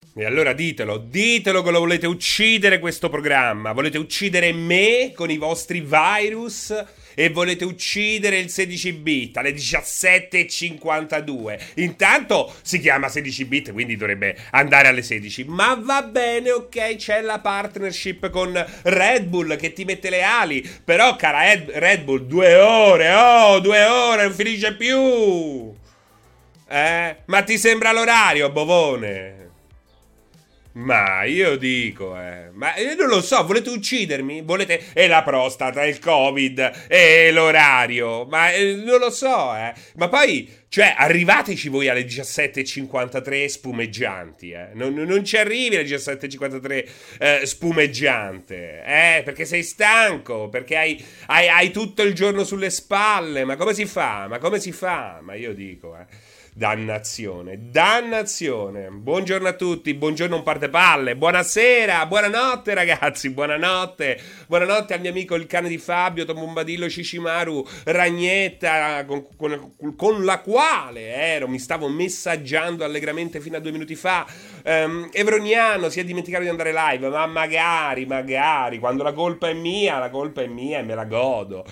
E allora ditelo che lo volete uccidere questo programma. Volete uccidere me con i vostri virus e volete uccidere il 16 bit alle 17:52. Intanto si chiama 16 bit, quindi dovrebbe andare alle 16. Ma va bene, ok, c'è la partnership con Red Bull che ti mette le ali. Però, cara Red Bull, 2 ore, oh, 2 ore, non finisce più. Ma ti sembra l'orario, bovone? Ma io dico, ma io non lo so, volete uccidermi? Volete... E la prostata, il Covid, e l'orario, ma non lo so, Ma poi, cioè, arrivateci voi alle 17:53 spumeggianti, non ci arrivi alle 17:53 spumeggiante, perché sei stanco, perché hai tutto il giorno sulle spalle, ma come si fa? Ma come si fa? Ma io dico, Dannazione, dannazione. Buongiorno a tutti, buongiorno un partepalle. Buonasera, buonanotte ragazzi, buonanotte. Buonanotte al mio amico il cane di Fabio, Tom Bombadillo, Shishimaru, Ragnetta, con la quale mi stavo messaggiando allegramente fino a 2 minuti fa. Evroniano si è dimenticato di andare live, ma magari, quando la colpa è mia e me la godo.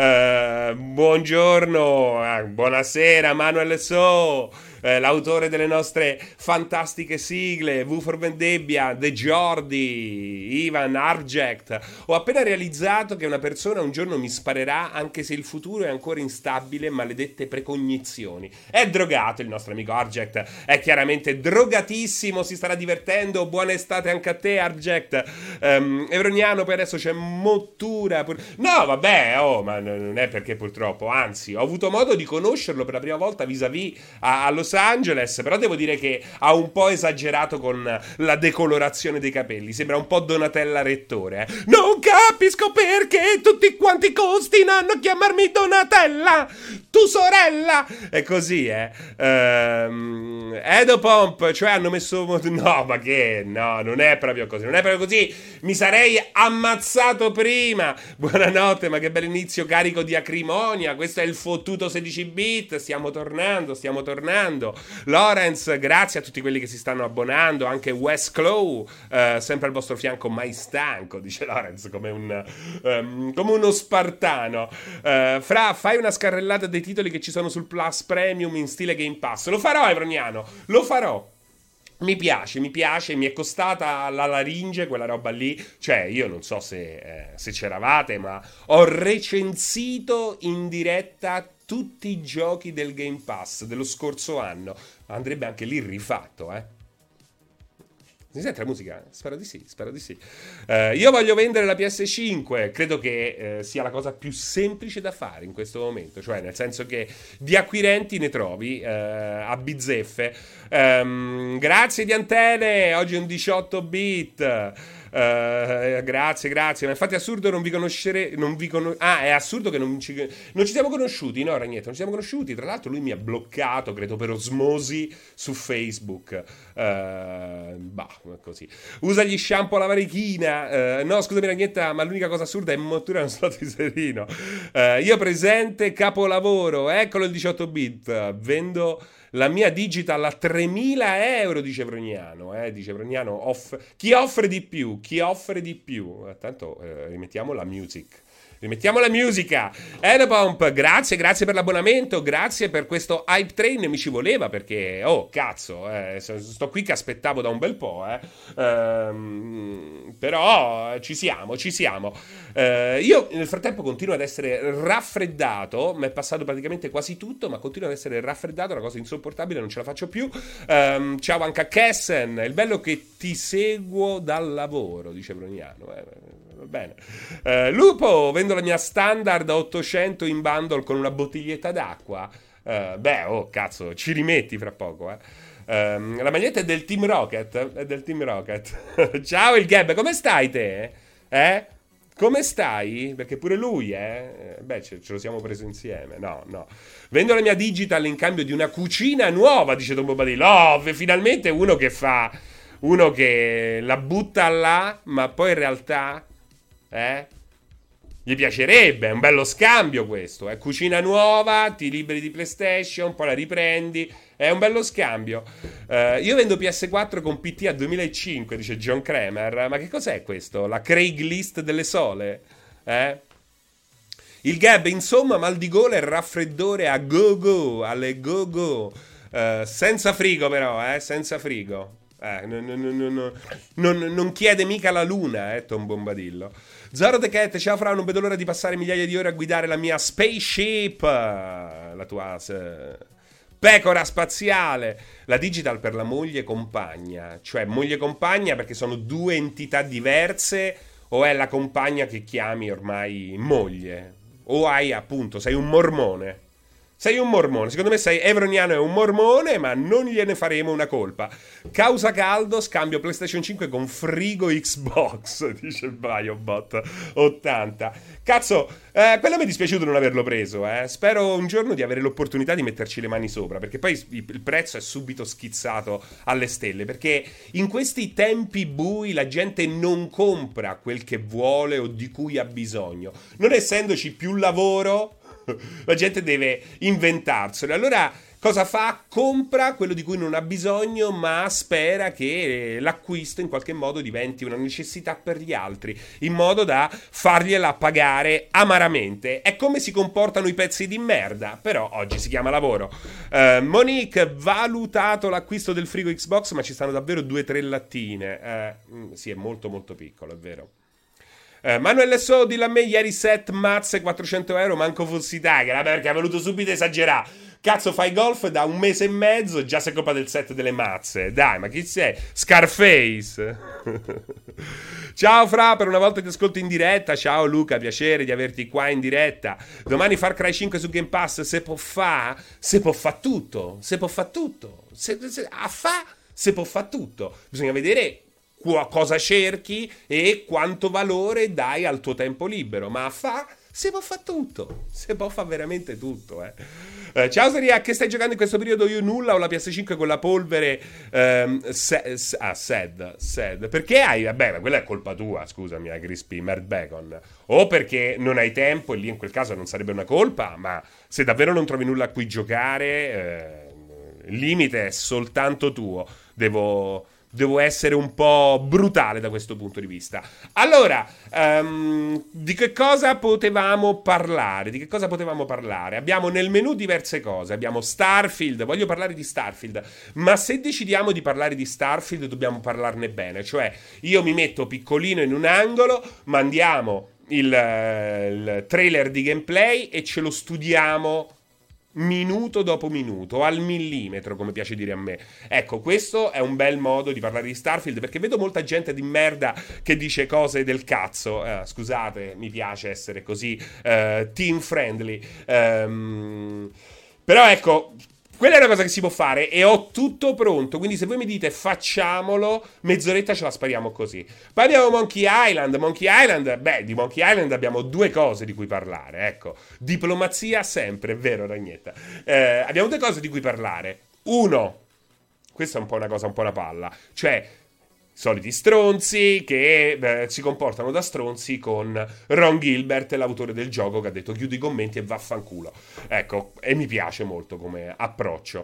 Buongiorno, buonasera Manuel So, l'autore delle nostre fantastiche sigle, V for Vendemmia, The Jordi, Ivan Arject. Ho appena realizzato che una persona un giorno mi sparerà anche se il futuro è ancora instabile, maledette precognizioni. È drogato il nostro amico Arject, è chiaramente drogatissimo, si starà divertendo. Buona estate anche a te Arject. Evroniano, poi adesso c'è Mottura. No vabbè, ma non è perché purtroppo, anzi ho avuto modo di conoscerlo per la prima volta vis-à-vis a Los Angeles, però devo dire che ha un po' esagerato con la decolorazione dei capelli, sembra un po' Donatella Rettore. Non capisco perché tutti quanti continuano a chiamarmi Donatella, tu sorella, è così, Edo Pomp, cioè hanno messo... No, ma che? No, non è proprio così, mi sarei ammazzato prima. Buonanotte, ma che bel inizio carico di acrimonia, questo è il fottuto 16 bit, stiamo tornando. Lorenz, grazie a tutti quelli che si stanno abbonando, anche Wes Clow, sempre al vostro fianco, mai stanco, dice Lorenz, come uno spartano. Fai una scarrellata dei titoli che ci sono sul Plus Premium in stile Game Pass. Lo farò, Evroniano, lo farò. Mi piace, mi è costata la laringe quella roba lì, cioè io non so se c'eravate, ma ho recensito in diretta tutti i giochi del Game Pass dello scorso anno. Andrebbe anche lì rifatto, Si sente la musica? Spero di sì. Io voglio vendere la PS5, credo che sia la cosa più semplice da fare in questo momento, cioè nel senso che di acquirenti ne trovi a bizzeffe. Grazie di Antene, oggi è un 18 bit. Grazie, ma infatti è assurdo non vi conoscere, è assurdo che non ci siamo conosciuti, no Ragnetto, non ci siamo conosciuti, tra l'altro lui mi ha bloccato, credo per osmosi, su Facebook. Così. Usa gli shampoo alla varichina. No, scusami Ragnetta, ma l'unica cosa assurda è mottura uno slot di serino. Io presente, capolavoro, eccolo il 18 bit, vendo la mia digital a 3.000 euro, dice Vrognano, chi offre di più, tanto rimettiamo la music. Rimettiamo la musica. Edapomp, grazie per l'abbonamento, grazie per questo hype train, mi ci voleva perché, sto qui che aspettavo da un bel po', però ci siamo. Io nel frattempo continuo ad essere raffreddato, mi è passato praticamente quasi tutto, ma continuo ad essere raffreddato, una cosa insopportabile, non ce la faccio più. Ciao anche a Kessen, il bello che ti seguo dal lavoro, dice Brognano, va bene. Lupo, vendo la mia standard a 800 in bundle con una bottiglietta d'acqua. Cazzo, ci rimetti fra poco, La maglietta è del Team Rocket. Ciao il Gab, come stai te? Come stai? Perché pure lui, ce lo siamo preso insieme. No. Vendo la mia digital in cambio di una cucina nuova, dice Don Bobadillo. Oh, finalmente uno che la butta là, ma poi in realtà Gli piacerebbe, è un bello scambio questo. È cucina nuova, ti liberi di PlayStation, poi la riprendi. È un bello scambio. Io vendo PS4 con PT a 2005, dice John Kramer. Ma che cos'è questo? La Craigslist delle sole? Il Gab, insomma, mal di gola e raffreddore a go-go, alle go-go. Senza frigo però, senza frigo. Non chiede mica la luna, Tom Bombadillo. Zoro The Cat, ciao Fra, non vedo l'ora di passare migliaia di ore a guidare la mia spaceship. La tua pecora spaziale. La digital per la moglie compagna. Cioè moglie compagna perché sono due entità diverse, o è la compagna che chiami ormai moglie? O hai appunto, sei un mormone. Sei un mormone, secondo me Evroniano è un mormone, ma non gliene faremo una colpa. Causa caldo, scambio PlayStation 5 con frigo Xbox, dice Biobot 80. Cazzo, quello mi è dispiaciuto non averlo preso, Spero un giorno di avere l'opportunità di metterci le mani sopra, perché poi il prezzo è subito schizzato alle stelle, perché in questi tempi bui la gente non compra quel che vuole o di cui ha bisogno. Non essendoci più lavoro, la gente deve inventarselo. Allora cosa fa? Compra quello di cui non ha bisogno, ma spera che l'acquisto in qualche modo diventi una necessità per gli altri, in modo da fargliela pagare amaramente. È come si comportano i pezzi di merda, però oggi si chiama lavoro. Monique, valutato l'acquisto del frigo Xbox, ma ci stanno davvero 2-3 lattine. Sì, è molto molto piccolo, è vero. Manuel So, dillo a me, ieri set mazze 400 euro, manco fossi Tiger, perché ha voluto subito esagerare. Cazzo, fai golf da un mese e mezzo, già sei colpa del set delle mazze. Dai, ma chi sei? Scarface. Ciao Fra, per una volta ti ascolto in diretta. Ciao Luca, piacere di averti qua in diretta. Domani Far Cry 5 su Game Pass, se può fa tutto. Se può fa tutto. Se può fa tutto. Bisogna vedere cosa cerchi e quanto valore dai al tuo tempo libero, ma si può fare tutto, si può fare veramente tutto. Ciao Seria, che stai giocando in questo periodo? Io nulla, ho la PS5 con la polvere. Sad. Perché hai? Vabbè, ma quella è colpa tua, scusami, Crispy Merd Bacon. O perché non hai tempo, e lì in quel caso non sarebbe una colpa, ma se davvero non trovi nulla a cui giocare, il limite è soltanto tuo. Devo essere un po' brutale da questo punto di vista. Allora, di che cosa potevamo parlare? Abbiamo nel menu diverse cose. Abbiamo Starfield, voglio parlare di Starfield, ma se decidiamo di parlare di Starfield dobbiamo parlarne bene. Cioè, io mi metto piccolino in un angolo, mandiamo il trailer di gameplay e ce lo studiamo minuto dopo minuto, al millimetro, come piace dire a me. Ecco, questo è un bel modo di parlare di Starfield, perché vedo molta gente di merda che dice cose del cazzo. Scusate, mi piace essere così team friendly. Però ecco, quella è una cosa che si può fare e ho tutto pronto, quindi se voi mi dite facciamolo, mezz'oretta ce la spariamo così. Poi abbiamo Monkey Island, di Monkey Island abbiamo due cose di cui parlare, ecco. Diplomazia sempre, è vero Ragnetta. Abbiamo due cose di cui parlare. Uno, questa è un po' una cosa, un po' una palla, cioè soliti stronzi che si comportano da stronzi con Ron Gilbert, l'autore del gioco, che ha detto chiudo i commenti e vaffanculo. Ecco, e mi piace molto come approccio.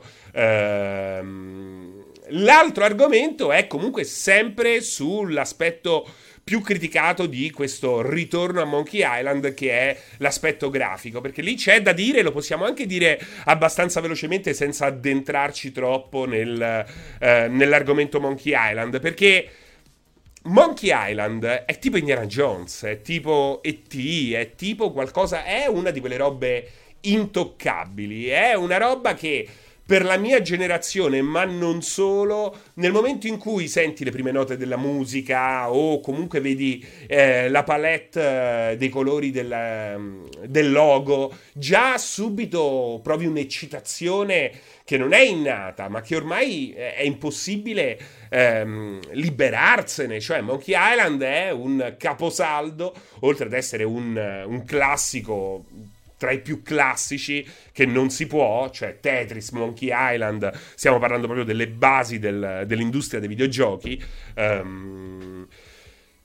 L'altro argomento è comunque sempre sull'aspetto più criticato di questo ritorno a Monkey Island, che è l'aspetto grafico, perché lì c'è da dire, lo possiamo anche dire abbastanza velocemente senza addentrarci troppo nell'argomento Monkey Island, perché Monkey Island è tipo Indiana Jones, è tipo E.T., è tipo qualcosa, è una di quelle robe intoccabili, è una roba che per la mia generazione, ma non solo, nel momento in cui senti le prime note della musica o comunque vedi la palette dei colori del logo, già subito provi un'eccitazione che non è innata, ma che ormai è impossibile liberarsene. Cioè Monkey Island è un caposaldo, oltre ad essere un classico tra i più classici, che non si può, cioè Tetris, Monkey Island, stiamo parlando proprio delle basi dell'industria dei videogiochi.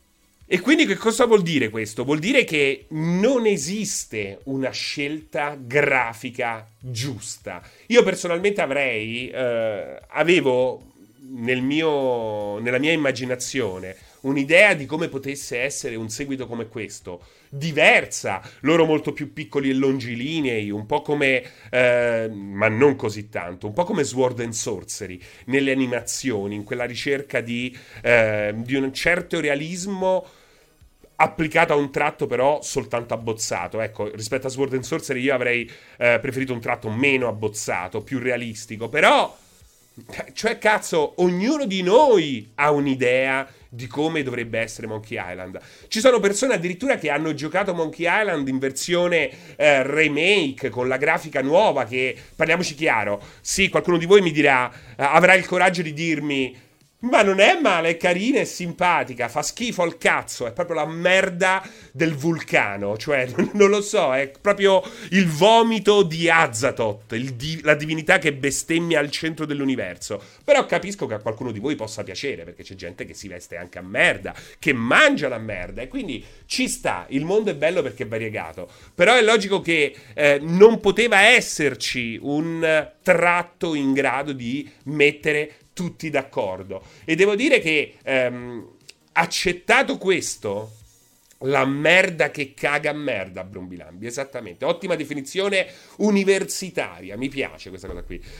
E quindi che cosa vuol dire questo? Vuol dire che non esiste una scelta grafica giusta. Io personalmente avevo nella mia immaginazione un'idea di come potesse essere un seguito come questo, diversa, loro molto più piccoli e longilinei, un po' come, ma non così tanto, un po' come Sword and Sorcery, nelle animazioni, in quella ricerca di un certo realismo applicato a un tratto però soltanto abbozzato. Ecco, rispetto a Sword and Sorcery io avrei preferito un tratto meno abbozzato, più realistico, però cioè cazzo, ognuno di noi ha un'idea di come dovrebbe essere Monkey Island. Ci sono persone addirittura che hanno giocato Monkey Island in versione remake, con la grafica nuova, che, parliamoci chiaro, sì, qualcuno di voi mi dirà, avrà il coraggio di dirmi: ma non è male, è carina e simpatica, fa schifo al cazzo, è proprio la merda del vulcano, cioè non lo so, è proprio il vomito di Azathoth, la divinità che bestemmia al centro dell'universo. Però capisco che a qualcuno di voi possa piacere, perché c'è gente che si veste anche a merda, che mangia la merda, e quindi ci sta, il mondo è bello perché è variegato. Però è logico che non poteva esserci un tratto in grado di mettere tutti d'accordo. E devo dire che accettato questo, la merda che caga merda, Brumbilambi, esattamente, ottima definizione universitaria, mi piace questa cosa qui.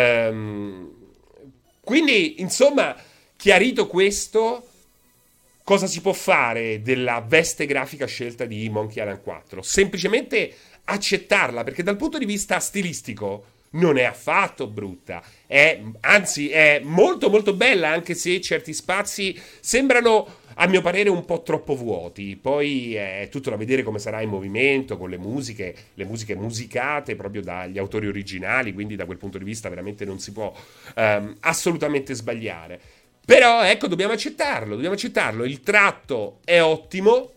Quindi, insomma, chiarito questo, cosa si può fare della veste grafica scelta di Monkey Island 4? Semplicemente accettarla, perché dal punto di vista stilistico non è affatto brutta, anzi è molto molto bella, anche se certi spazi sembrano, a mio parere, un po' troppo vuoti. Poi è tutto da vedere come sarà in movimento, con le musiche musicate proprio dagli autori originali, quindi da quel punto di vista veramente non si può assolutamente sbagliare. Però ecco, dobbiamo accettarlo, il tratto è ottimo,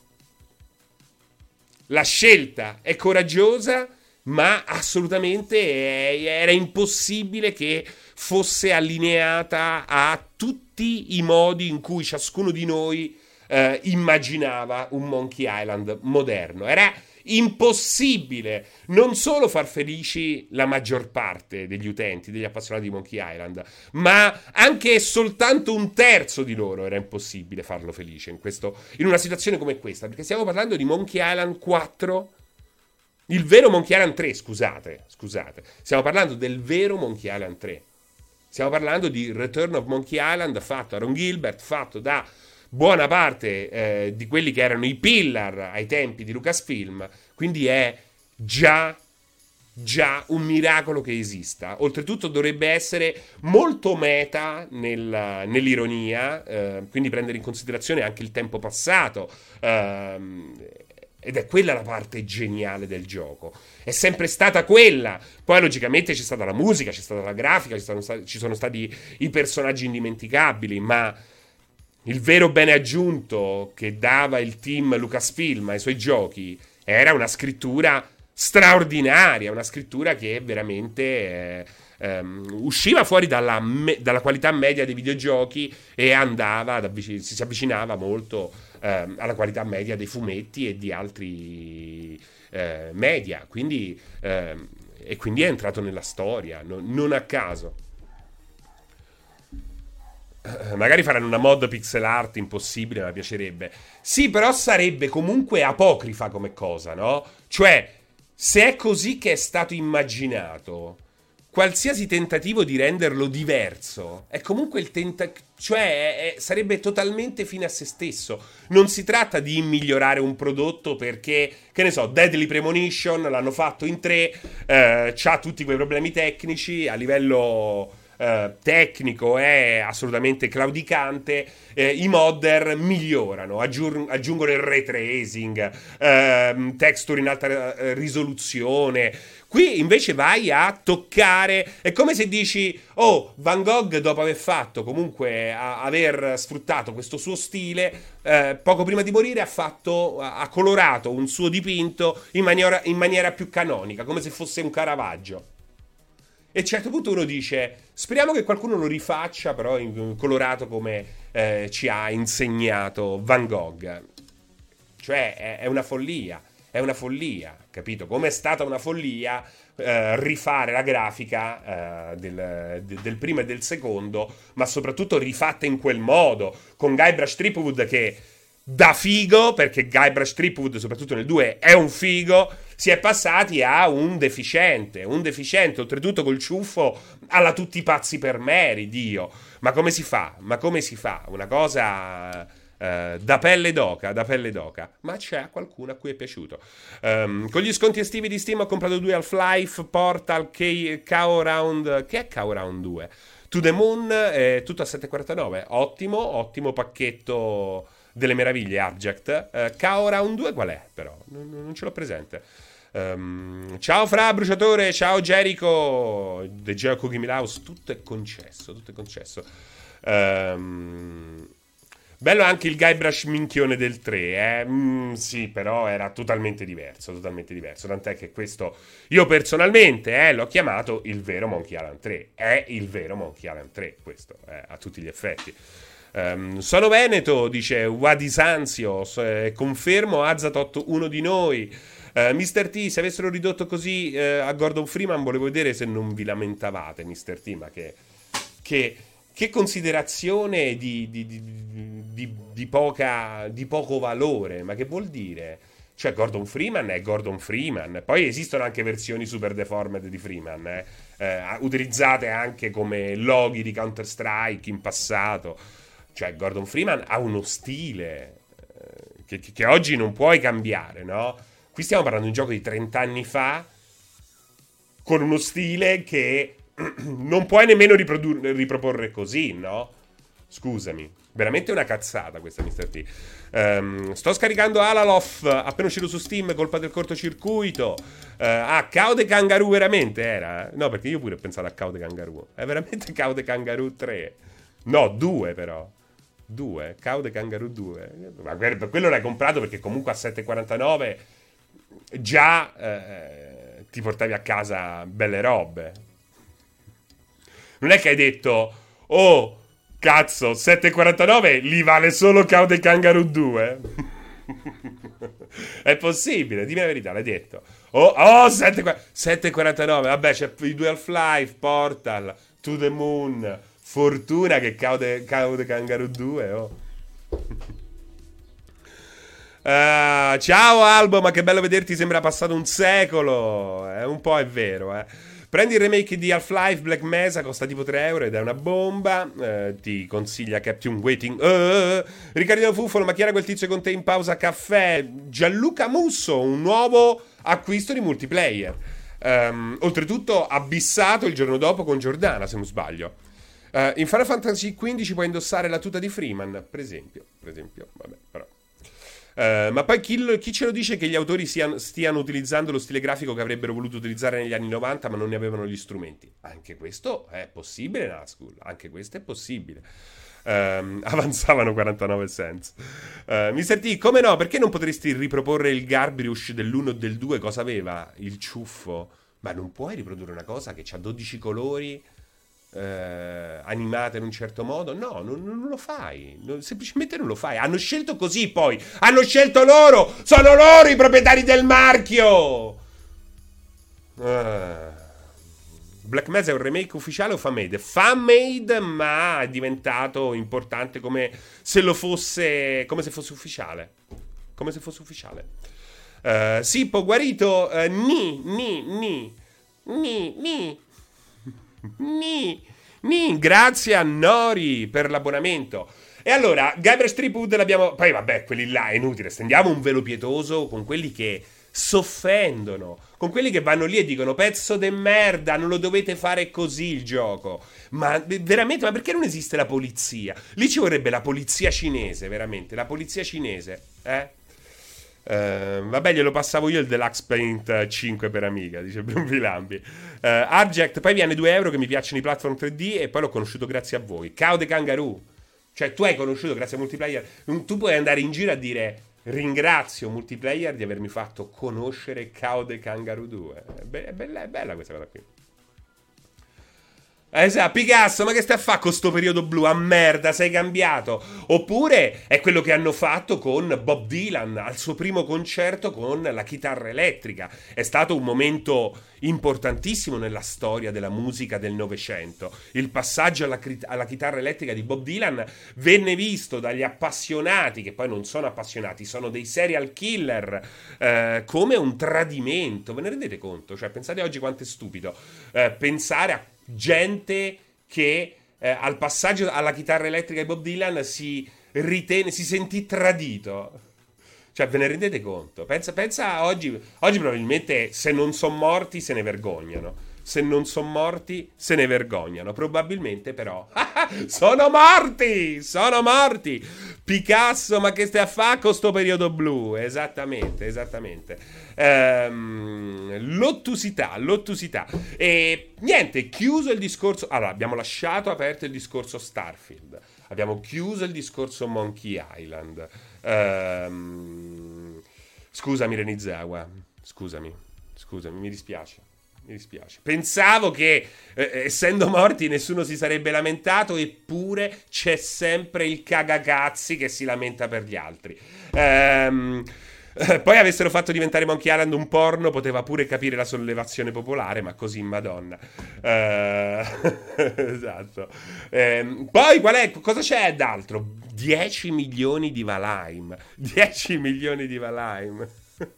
la scelta è coraggiosa, ma assolutamente era impossibile che fosse allineata a tutti i modi in cui ciascuno di noi immaginava un Monkey Island moderno. Era impossibile non solo far felici la maggior parte degli utenti, degli appassionati di Monkey Island, ma anche soltanto un terzo di loro era impossibile farlo felice in una situazione come questa, perché stiamo parlando di Monkey Island 4. Il vero Monkey Island 3, scusate. Stiamo parlando del vero Monkey Island 3. Stiamo parlando di Return of Monkey Island, fatto da Ron Gilbert, fatto da buona parte di quelli che erano i pillar ai tempi di Lucasfilm. Quindi è già un miracolo che esista. Oltretutto dovrebbe essere molto meta nell'ironia, quindi prendere in considerazione anche il tempo passato. Ed è quella la parte geniale del gioco. È sempre stata quella. Poi logicamente c'è stata la musica, c'è stata la grafica, ci sono stati i personaggi indimenticabili, ma il vero bene aggiunto che dava il team Lucasfilm ai suoi giochi era una scrittura straordinaria, una scrittura che veramente usciva fuori dalla qualità media dei videogiochi e si avvicinava molto alla qualità media dei fumetti e di altri media, quindi è entrato nella storia, non a caso. Magari faranno una mod pixel art impossibile, ma mi piacerebbe. Sì, però sarebbe comunque apocrifa come cosa, no? Cioè, se è così che è stato immaginato, qualsiasi tentativo di renderlo diverso è comunque sarebbe totalmente fine a se stesso. Non si tratta di migliorare un prodotto perché, che ne so, Deadly Premonition l'hanno fatto in 3, c'ha tutti quei problemi tecnici, a livello tecnico è assolutamente claudicante, i modder migliorano, aggiungono il ray tracing, texture in alta risoluzione. Qui invece vai a toccare, è come se dici: oh, Van Gogh, dopo aver fatto comunque aver sfruttato questo suo stile, poco prima di morire ha colorato un suo dipinto in maniera più canonica, come se fosse un Caravaggio. E a un certo punto uno dice, speriamo che qualcuno lo rifaccia, però colorato come ci ha insegnato Van Gogh. Cioè, è una follia. È una follia, capito? Come è stata una follia rifare la grafica del primo e del secondo, ma soprattutto rifatta in quel modo, con Guybrush Threepwood che da figo, perché Guybrush Threepwood, soprattutto nel 2, è un figo, si è passati a un deficiente, oltretutto col ciuffo alla tutti i pazzi per Mary, Dio. Ma come si fa? Ma come si fa? Una cosa da pelle d'oca, da pelle d'oca. Ma c'è qualcuno a cui è piaciuto. Con gli sconti estivi di Steam ho comprato 2 Half-Life, Portal, KO Round... Che è KO Round 2? To the Moon, tutto a 7,49. Ottimo, ottimo pacchetto delle meraviglie, Abject. KO Round 2 qual è, però? Non ce l'ho presente. Ciao Fra Bruciatore, ciao Jericho, The Geo Cookie Milhouse, tutto è concesso, tutto è concesso. Bello anche il Guybrush minchione del 3, sì, però era totalmente diverso, tant'è che questo, io personalmente, l'ho chiamato il vero Monkey Island 3, è il vero Monkey Island 3, questo, a tutti gli effetti. Sono Veneto, dice Wadisanzio, confermo Azzatot uno di noi. Mr. T, se avessero ridotto così a Gordon Freeman, volevo vedere se non vi lamentavate, Mr. T, ma che considerazione di poco valore, ma che vuol dire? Cioè, Gordon Freeman è Gordon Freeman. Poi esistono anche versioni super deformed di Freeman, utilizzate anche come loghi di Counter-Strike in passato. Cioè, Gordon Freeman ha uno stile che oggi non puoi cambiare, no? Qui stiamo parlando di un gioco di 30 anni fa, con uno stile che non puoi nemmeno riproporre così, no? Scusami, veramente una cazzata questa Mr. T. Sto scaricando Alaloth, appena uscito su Steam, colpa del cortocircuito. Cow the Kangaroo veramente era? No, perché io pure ho pensato a Cow the Kangaroo. È veramente Cow the Kangaroo 3? No, 2 però. 2, Cow the Kangaroo 2. Ma per quello l'hai comprato perché comunque a 7,49 già ti portavi a casa belle robe. Non è che hai detto, oh, cazzo, 7,49 li vale solo Cow the Kangaroo 2? È possibile, dimmi la verità, l'hai detto. Oh 7,49, vabbè, c'è i 2 Half-Life, Portal, To the Moon. Fortuna che Cow the Kangaroo 2, oh. Ciao Albo, ma che bello vederti, sembra passato un secolo. Un po' è vero, Prendi il remake di Half-Life Black Mesa, costa tipo 3 euro ed è una bomba. Ti consiglia Captain Waiting. Ricardino Fufolo, ma chi era quel tizio con te in pausa caffè? Gianluca Musso, un nuovo acquisto di multiplayer. Oltretutto abissato il giorno dopo con Giordana, se non sbaglio. In Final Fantasy XV puoi indossare la tuta di Freeman, per esempio, vabbè, però. Ma poi chi ce lo dice che gli autori stiano utilizzando lo stile grafico che avrebbero voluto utilizzare negli anni 90 ma non ne avevano gli strumenti? Anche questo è possibile, Nazgul, anche questo è possibile. Avanzavano 49 cents. Mr. T, come no? Perché non potresti riproporre il Garbrush dell'1 o del 2? Cosa aveva? Il ciuffo? Ma non puoi riprodurre una cosa che ha 12 colori animate in un certo modo? No, non lo fai, semplicemente non lo fai. Hanno scelto così, poi hanno scelto loro, sono loro i proprietari del marchio. Black Mesa è un remake ufficiale o fan-made? Fan-made, ma è diventato importante come se fosse ufficiale. Come se fosse ufficiale. Sippo guarito. Grazie a Nori per l'abbonamento. E allora, Guybrush Threepwood l'abbiamo... Poi vabbè, quelli là è inutile. Stendiamo un velo pietoso con quelli che s'offendono, con quelli che vanno lì e dicono pezzo de merda, non lo dovete fare così il gioco. Ma veramente, ma perché non esiste la polizia? Lì ci vorrebbe la polizia cinese, veramente, la polizia cinese, vabbè, glielo passavo io il Deluxe Paint 5 per Amiga, dice Brunvilambi. Abject, poi viene 2 euro che mi piacciono i platform 3D e poi l'ho conosciuto grazie a voi. Cow the Kangaroo, cioè tu hai conosciuto grazie a Multiplayer. Tu puoi andare in giro a dire ringrazio Multiplayer di avermi fatto conoscere Cow the Kangaroo 2. È bella questa cosa qui. Esatto, Picasso, ma che stai a fare con sto periodo blu? A merda, sei cambiato. Oppure è quello che hanno fatto con Bob Dylan al suo primo concerto con la chitarra elettrica. È stato un momento importantissimo nella storia della musica del Novecento. Il passaggio alla chitarra elettrica di Bob Dylan venne visto dagli appassionati, che poi non sono appassionati, sono dei serial killer, come un tradimento. Ve ne rendete conto? Cioè, pensate oggi quanto è stupido pensare a gente che al passaggio alla chitarra elettrica di Bob Dylan si sentì tradito. Cioè, ve ne rendete conto? Pensa a oggi probabilmente se non sono morti se ne vergognano. Se non sono morti se ne vergognano. Probabilmente però sono morti! Sono morti! Picasso, ma che stai a fare con sto periodo blu? Esattamente, esattamente. L'ottusità. E niente, chiuso il discorso. Allora, abbiamo lasciato aperto il discorso Starfield. Abbiamo chiuso il discorso Monkey Island. Scusami, Renizawa. Scusami, mi dispiace. Mi dispiace. Pensavo che, essendo morti, nessuno si sarebbe lamentato, eppure c'è sempre il cagacazzi che si lamenta per gli altri. Poi avessero fatto diventare Monkey Island un porno, poteva pure capire la sollevazione popolare, ma così, Madonna. Esatto. Poi cosa c'è d'altro? 10 milioni di Valheim. 10 milioni di Valheim.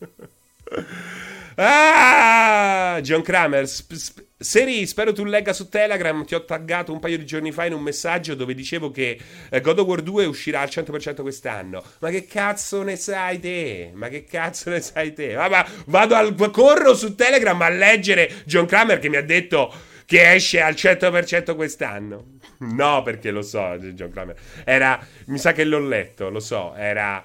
John Kramer, Seri, spero tu legga su Telegram. Ti ho taggato un paio di giorni fa in un messaggio dove dicevo che God of War 2 uscirà al 100% quest'anno. Ma che cazzo ne sai te? Corro su Telegram a leggere John Kramer che mi ha detto che esce al 100% quest'anno. No, perché lo so, John Kramer. Mi sa che l'ho letto, lo so, era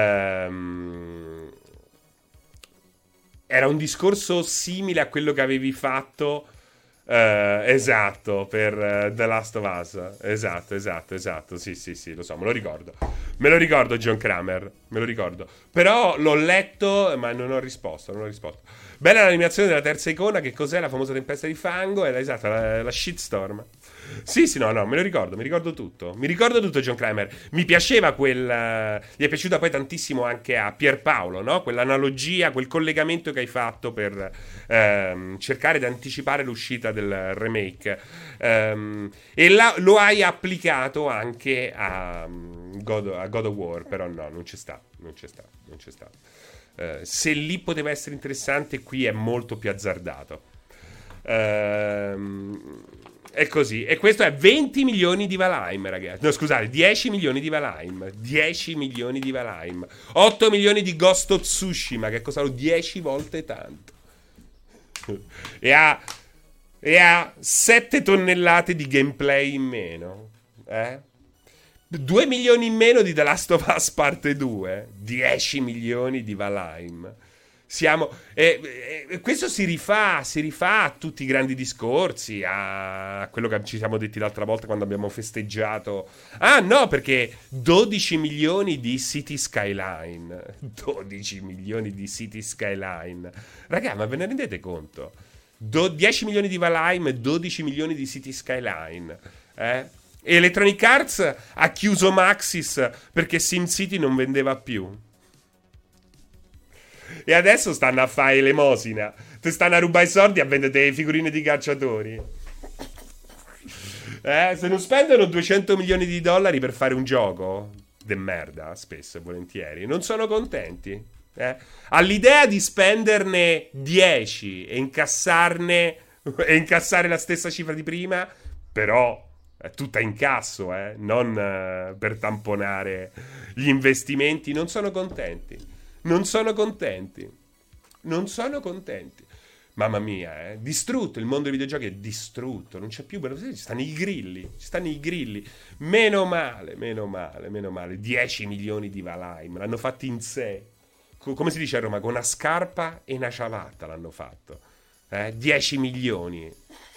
un discorso simile a quello che avevi fatto, esatto, per The Last of Us. Esatto. Sì, lo so, me lo ricordo, John Kramer, me lo ricordo. Però l'ho letto, ma non ho risposto. Bella l'animazione della terza icona, che cos'è? La famosa tempesta di fango, esatto, la shitstorm. Sì, no, me lo ricordo, mi ricordo tutto, John Kramer. Mi piaceva gli è piaciuta poi tantissimo anche a Pierpaolo, no? Quell'analogia, quel collegamento che hai fatto per cercare di anticipare l'uscita del remake. E lo hai applicato anche a God of War, però no, non c'è sta. Se lì poteva essere interessante, qui è molto più azzardato. È così. E questo è 20 milioni di Valheim, ragazzi. No, scusate, 10 milioni di Valheim. 10 milioni di Valheim. 8 milioni di Ghost of Tsushima, che costarono 10 volte tanto. E ha 7 tonnellate di gameplay in meno. 2 milioni in meno di The Last of Us parte 2. 10 milioni di Valheim. Questo si rifà a tutti i grandi discorsi, a quello che ci siamo detti l'altra volta quando abbiamo festeggiato. Ah no, perché 12 milioni di City Skyline. 12 milioni di City Skyline. Raga, ma ve ne rendete conto? 10 milioni di Valheim e 12 milioni di City Skyline. E Electronic Arts ha chiuso Maxis perché SimCity non vendeva più. E adesso stanno a fare elemosina. Ti stanno a rubare i soldi a vendere delle figurine di calciatori. Se non spendono 200 milioni di dollari per fare un gioco de merda, spesso e volentieri, non sono contenti. All'idea di spenderne 10 e incassare la stessa cifra di prima, però è tutta incasso, non per tamponare gli investimenti, non sono contenti. Mamma mia, distrutto. Il mondo dei videogiochi è distrutto. Non c'è più. Ci stanno i grilli. Meno male. 10 milioni di Valheim. L'hanno fatti in sé. Come si dice a Roma? Con una scarpa e una ciabatta l'hanno fatto. 10 milioni.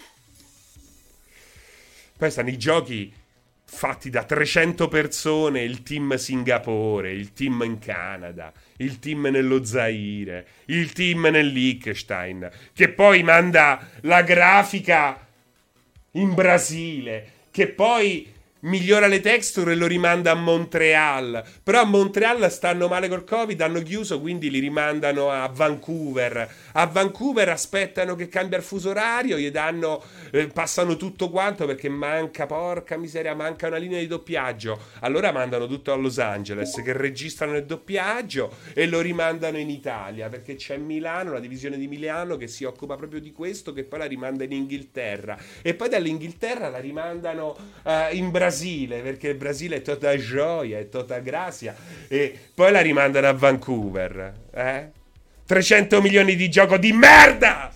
Poi stanno i giochi fatti da 300 persone, il team Singapore, il team in Canada, il team nello Zaire, il team nel Liechtenstein, che poi manda la grafica in Brasile, che poi migliora le texture e lo rimanda a Montreal. Però a Montreal stanno male col Covid, hanno chiuso, quindi li rimandano a Vancouver. A Vancouver aspettano che cambia il fuso orario, gli danno, passano tutto quanto perché manca, porca miseria, manca una linea di doppiaggio. Allora mandano tutto a Los Angeles, che registrano il doppiaggio e lo rimandano in Italia, perché c'è Milano, la divisione di Milano che si occupa proprio di questo, che poi la rimanda in Inghilterra. E poi dall'Inghilterra la rimandano in Brasile, perché il Brasile è tutta gioia, è tutta grazia, e poi la rimandano a Vancouver. 300 milioni di gioco di merda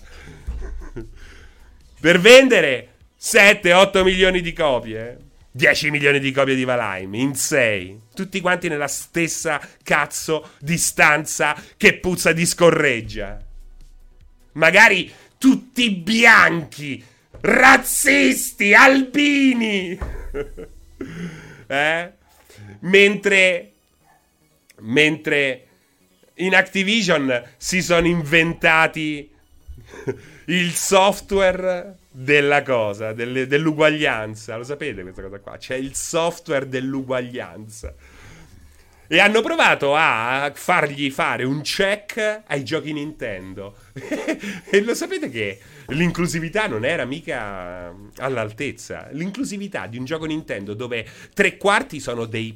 per vendere 7-8 milioni di copie, 10 milioni di copie di Valheim in 6, tutti quanti nella stessa cazzo di stanza che puzza di scorreggia, magari tutti bianchi, razzisti, albini. Mentre in Activision si sono inventati il software della cosa, dell'uguaglianza. Lo sapete questa cosa qua? C'è il software dell'uguaglianza. E hanno provato a fargli fare un check ai giochi Nintendo. E lo sapete che l'inclusività non era mica all'altezza. L'inclusività di un gioco Nintendo dove 3/4 sono dei...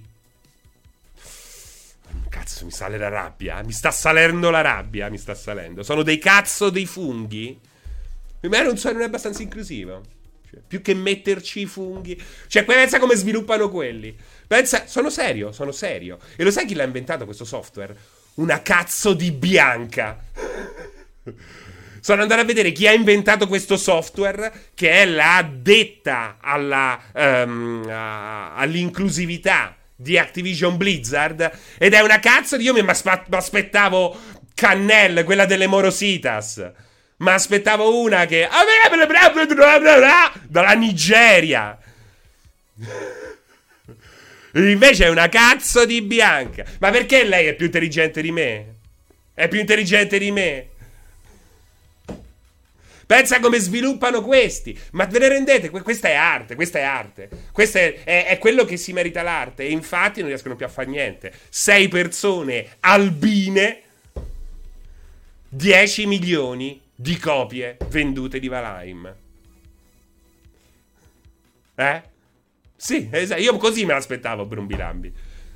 Cazzo, mi sale la rabbia. Mi sta salendo la rabbia, mi sta salendo. Sono dei cazzo dei funghi. Per me non è abbastanza inclusivo. Cioè, più che metterci i funghi. Cioè, pensa come sviluppano quelli. Pensa, sono serio. E lo sai chi l'ha inventato questo software? Una cazzo di bianca. Sono andato a vedere chi ha inventato questo software, che è la addetta all'inclusività di Activision Blizzard, ed è una cazzo di... Io mi aspettavo Cannelle, quella delle Morositas. Ma aspettavo una che... dalla Nigeria. Invece è una cazzo di bianca. Ma perché lei è più intelligente di me? È più intelligente di me? Pensa come sviluppano questi. Ma ve ne rendete? Questa è arte. Questo è quello che si merita l'arte. E infatti non riescono più a fare niente. 6 persone albine, 10 milioni di copie vendute di Valheim. Sì, esatto. Io così me l'aspettavo, Brumbilambi.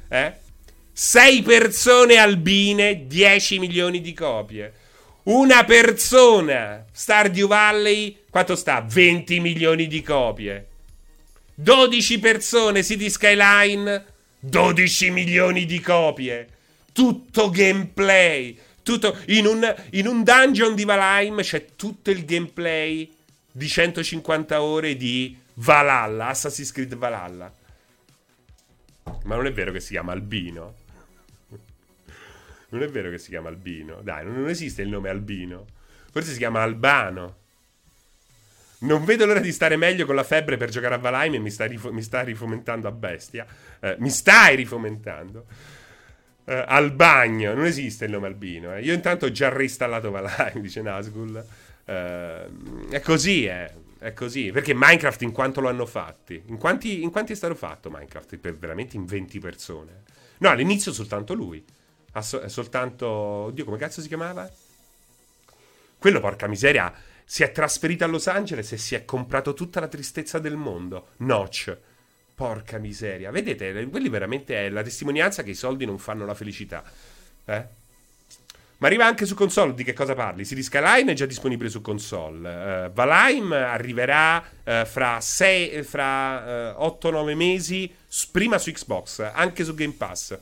6 persone albine, 10 milioni di copie. Una persona, Stardew Valley, quanto sta? 20 milioni di copie. 12 persone, City Skyline, 12 milioni di copie. Tutto gameplay. Tutto in un dungeon di Valheim c'è tutto il gameplay di 150 ore di Valhalla, Assassin's Creed Valhalla. Ma non è vero che si chiama Albino? Non è vero che si chiama Albino. Dai, non esiste il nome Albino. Forse si chiama Albano. Non vedo l'ora di stare meglio con la febbre per giocare a Valheim e mi sta rifomentando a bestia. Mi stai rifomentando. Al bagno. Non esiste il nome Albino. Io intanto ho già reinstallato Valheim, dice Nazgul. È così, È così. Perché Minecraft in quanto lo hanno fatti? In quanti è stato fatto Minecraft? Veramente in 20 persone. No, all'inizio soltanto lui. Soltanto... Oddio, come cazzo si chiamava? Quello, porca miseria, si è trasferito a Los Angeles e si è comprato tutta la tristezza del mondo. Notch. Porca miseria. Vedete, quelli veramente è la testimonianza che i soldi non fanno la felicità. Ma arriva anche su console. Di che cosa parli? City Skyline è già disponibile su console. Valheim arriverà fra 8-9 mesi, prima su Xbox, anche su Game Pass.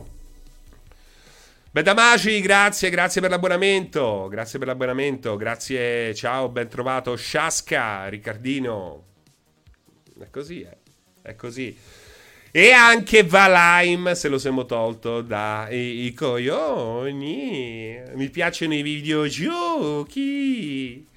Bedamaci, grazie per l'abbonamento. Grazie, ciao, ben trovato. Sciasca, Riccardino. È così. E anche Valheim se lo siamo tolto dai coglioni. Mi piacciono i videogiochi.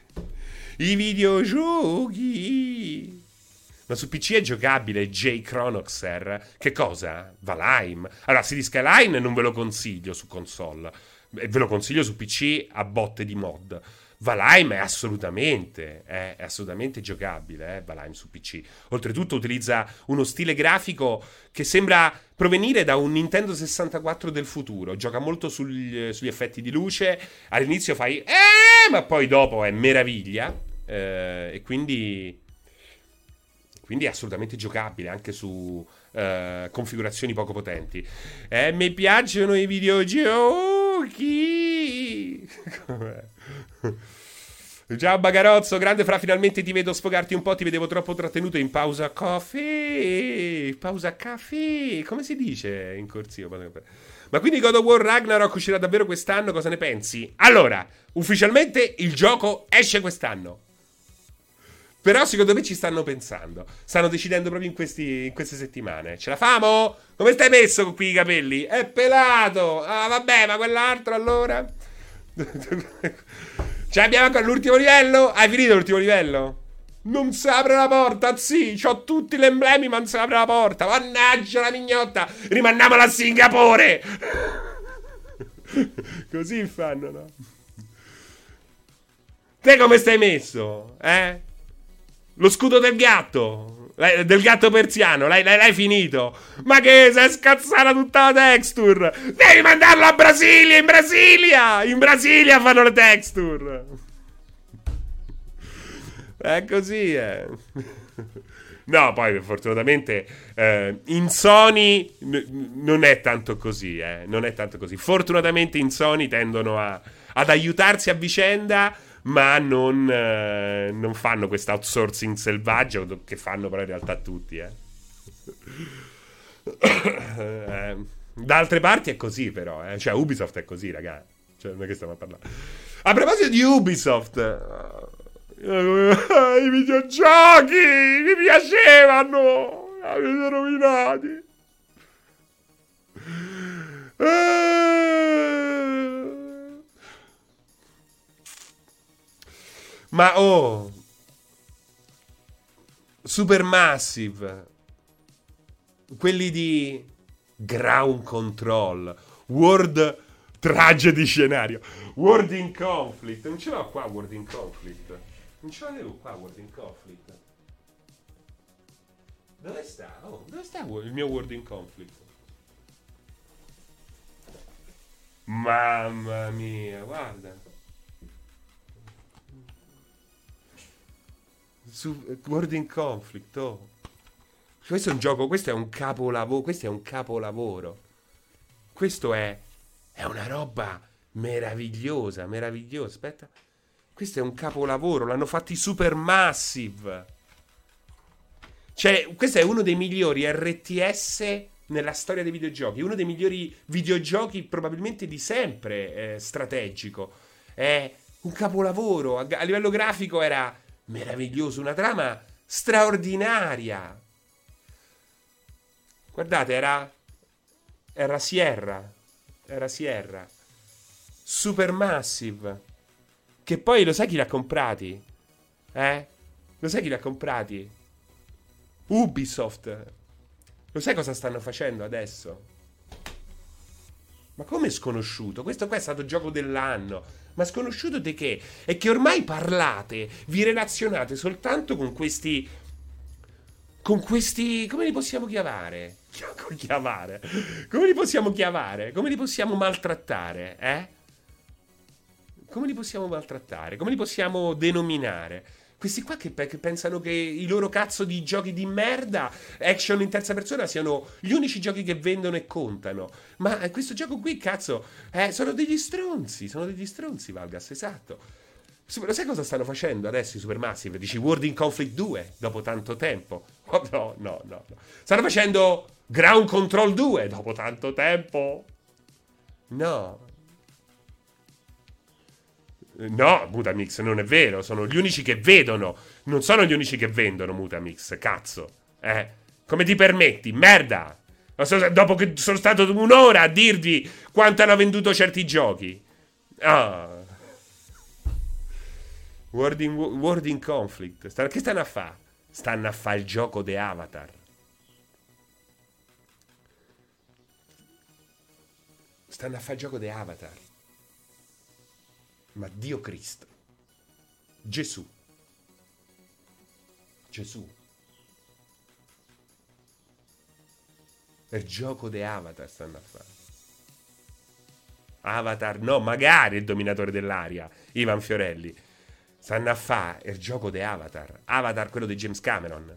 Ma su PC è giocabile J. Chronoxer. Che cosa? Valheim. Allora, City Skyline non ve lo consiglio su console. Ve lo consiglio su PC a botte di mod. Valheim è assolutamente giocabile, Valheim su PC. Oltretutto utilizza uno stile grafico che sembra provenire da un Nintendo 64 del futuro. Gioca molto sugli effetti di luce. All'inizio fai ma poi dopo è meraviglia. E quindi è assolutamente giocabile anche su configurazioni poco potenti. Mi piacciono i videogiochi. Ciao Bagarozzo, grande Fra, finalmente ti vedo sfogarti un po', ti vedevo troppo trattenuto in pausa caffè. Pausa caffè, come si dice in corsivo? Ma quindi God of War Ragnarok uscirà davvero quest'anno, cosa ne pensi? Allora, ufficialmente il gioco esce quest'anno. Però secondo me ci stanno pensando. Stanno decidendo proprio in queste settimane. Ce la famo? Come stai messo con qui i capelli? È pelato! Ah, vabbè, ma quell'altro allora? Cioè, abbiamo ancora l'ultimo livello? Hai finito l'ultimo livello? Non si apre la porta, sì, c'ho tutti gli emblemi, ma non si apre la porta. Mannaggia la mignotta! Rimandiamola a Singapore! Così fanno, no? Te come stai messo? Lo scudo del gatto persiano, l'hai finito? Ma che sei scazzata tutta la texture? Devi mandarlo a Brasilia, in Brasilia fanno le texture. È così, No, poi fortunatamente in Sony non è tanto così, non è tanto così. Fortunatamente in Sony tendono ad aiutarsi a vicenda, ma non fanno questo outsourcing selvaggio che fanno però in realtà tutti, Da altre parti è così però, Cioè Ubisoft è così, ragazzi. Cioè non è che stiamo a parlare. A proposito di Ubisoft, i videogiochi mi piacevano, li avete rovinati. Ma Supermassive, quelli di Ground Control, World Tragedy Scenario, World in Conflict. Non ce l'ho qua World in Conflict. Non ce l'avevo qua World in Conflict. Dove sta? Dove sta il mio World in Conflict? Mamma mia, guarda. World in Conflict, Questo è un gioco, questo è un capolavoro, Questo è una roba meravigliosa. Aspetta. Questo è un capolavoro, l'hanno fatti Supermassive. Cioè, questo è uno dei migliori RTS nella storia dei videogiochi, uno dei migliori videogiochi probabilmente di sempre, strategico. È un capolavoro, a livello grafico era meraviglioso, una trama straordinaria. Guardate, era Sierra. Supermassive. Che poi lo sai chi l'ha comprati? Lo sai chi l'ha comprati? Ubisoft. Lo sai cosa stanno facendo adesso? Ma come sconosciuto? Questo qua è stato gioco dell'anno. Ma sconosciuto di che? È che ormai parlate, vi relazionate soltanto con questi... come li possiamo chiamare? Come li possiamo chiamare? Come li possiamo maltrattare? Come li possiamo maltrattare? Come li possiamo denominare? Questi qua che pensano che i loro cazzo di giochi di merda, action in terza persona, siano gli unici giochi che vendono e contano. Ma questo gioco qui, cazzo, sono degli stronzi, Valgas, esatto. Lo sai cosa stanno facendo adesso i Supermassive? Dici World in Conflict 2, dopo tanto tempo. Oh, no. Stanno facendo Ground Control 2, dopo tanto tempo. No, Mutamix, non è vero. Sono gli unici che vedono. Non sono gli unici che vendono, Mutamix. Cazzo. Come ti permetti? Merda. Dopo che sono stato un'ora a dirvi quanto hanno venduto certi giochi. World in Conflict. Che stanno a fare? Stanno a fare il gioco di Avatar. Ma Dio Cristo. Gesù. Il gioco di Avatar stanno a fare. Avatar, no, magari il dominatore dell'aria, Ivan Fiorelli. Stanno a fare il gioco di Avatar. Avatar, quello di James Cameron.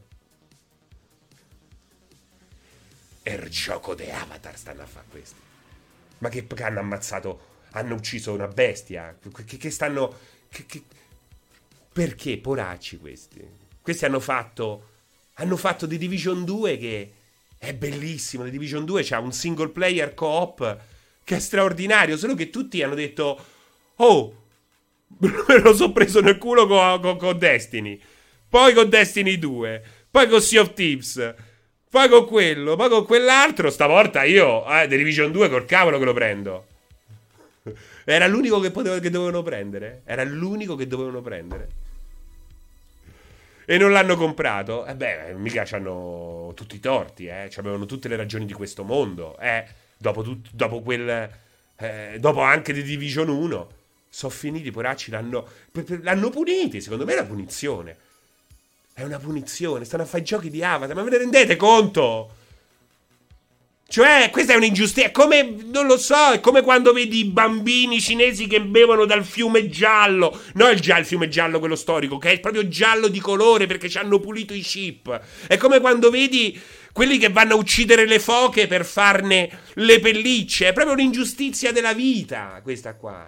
Il gioco di Avatar stanno a fare questi. Ma che hanno ammazzato, hanno ucciso una bestia. Che stanno... Perché, poracci questi? Questi hanno fatto The Division 2 che è bellissimo. The Division 2 c'ha un single player co-op che è straordinario, solo che tutti hanno detto oh, me lo so preso nel culo con Destiny, poi con Destiny 2, poi con Sea of Thieves, poi con quello, poi con quell'altro. Stavolta io The Division 2 col cavolo che lo prendo. Era l'unico che dovevano prendere. Era l'unico che dovevano prendere. E non l'hanno comprato. Mica c'hanno tutti i torti, avevano tutte le ragioni di questo mondo, dopo quel dopo anche The Division 1 sono finiti, poracci, l'hanno puniti. Secondo me è una punizione. È una punizione. Stanno a fare i giochi di Avatar, ma ve ne rendete conto? Cioè, questa è un'ingiustizia. È come, non lo so, è come quando vedi i bambini cinesi che bevono dal fiume giallo. No, il fiume giallo, quello storico, che è proprio giallo di colore perché ci hanno pulito i chip. È come quando vedi quelli che vanno a uccidere le foche per farne le pellicce. È proprio un'ingiustizia della vita, questa qua.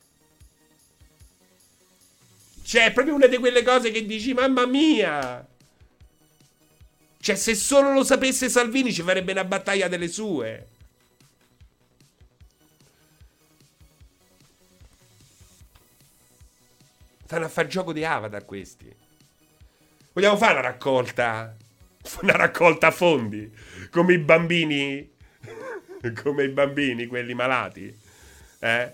Cioè, è proprio una di quelle cose che dici, mamma mia. Cioè, se solo lo sapesse Salvini ci farebbe una battaglia delle sue. Stanno a fare gioco di Avatar questi. Vogliamo fare una raccolta? Una raccolta fondi? Come i bambini? Come i bambini, quelli malati? È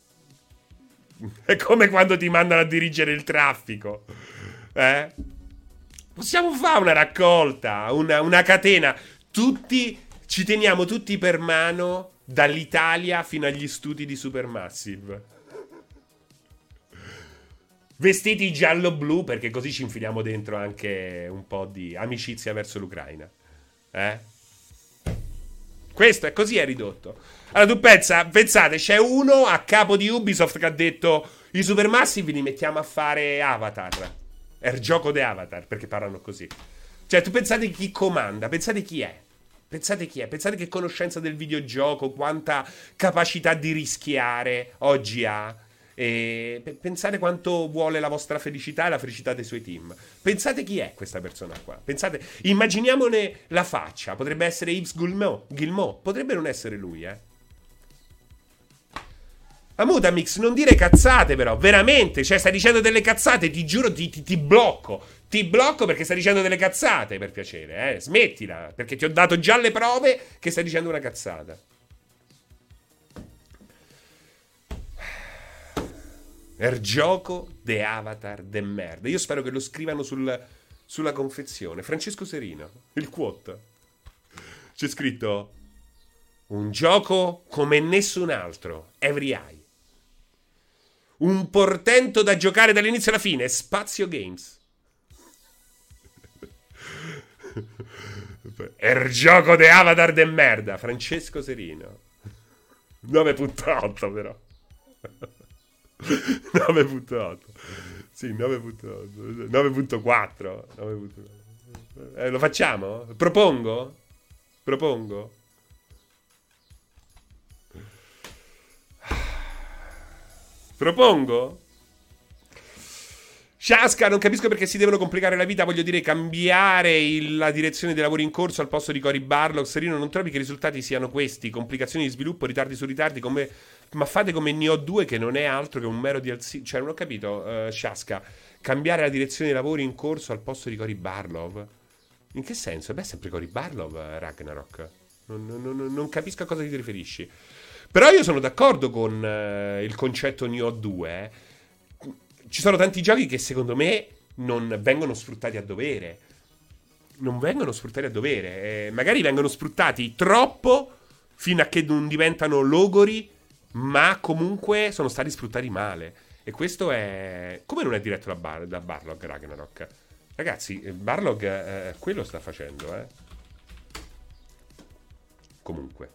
come quando ti mandano a dirigere il traffico. Possiamo fare una raccolta, una catena. Ci teniamo tutti per mano, dall'Italia fino agli studi di Supermassive. Vestiti giallo-blu, perché così ci infiliamo dentro anche un po' di amicizia verso l'Ucraina. Questo è così, è ridotto. Allora tu pensate, c'è uno a capo di Ubisoft che ha detto i Supermassive li mettiamo a fare Avatar. È il gioco di Avatar, perché parlano così. Cioè, tu pensate chi comanda, pensate chi è. Pensate che conoscenza del videogioco, quanta capacità di rischiare oggi ha. E pensate quanto vuole la vostra felicità e la felicità dei suoi team. Pensate chi è questa persona qua. Immaginiamone la faccia. Potrebbe essere Yves Guillemot. Potrebbe non essere lui, Mutamix, non dire cazzate però, veramente, cioè stai dicendo delle cazzate, ti giuro ti blocco. Ti blocco perché stai dicendo delle cazzate, per piacere, smettila, perché ti ho dato già le prove che stai dicendo una cazzata. Er gioco de Avatar de merda. Io spero che lo scrivano sulla confezione. Francesco Serino, il quote. C'è scritto un gioco come nessun altro, Every Eye. Un portento da giocare dall'inizio alla fine, Spazio Games. Er gioco de Avatar de merda, Francesco Serino. 9.8 però. 9.8. Sì, 9.8. 9.4. Lo facciamo? Propongo. Shaska, non capisco perché si devono complicare la vita. Voglio dire, cambiare la direzione dei lavori in corso al posto di Cory Barlog. Serino, non trovi che i risultati siano questi? Complicazioni di sviluppo, ritardi su ritardi, ma fate come Nioh 2 che non è altro che un mero DLC. Cioè, non ho capito, Shaska. Cambiare la direzione dei lavori in corso al posto di Cory Barlog? In che senso? Beh, è sempre Cory Barlog, Ragnarok. Non capisco a cosa ti riferisci. Però io sono d'accordo con il concetto Nioh 2. Ci sono tanti giochi che secondo me non vengono sfruttati a dovere. Magari vengono sfruttati troppo fino a che non diventano logori, ma comunque sono stati sfruttati male. E questo è... Come non è diretto da Barlog Ragnarok? Ragazzi, Barlog quello sta facendo, Comunque.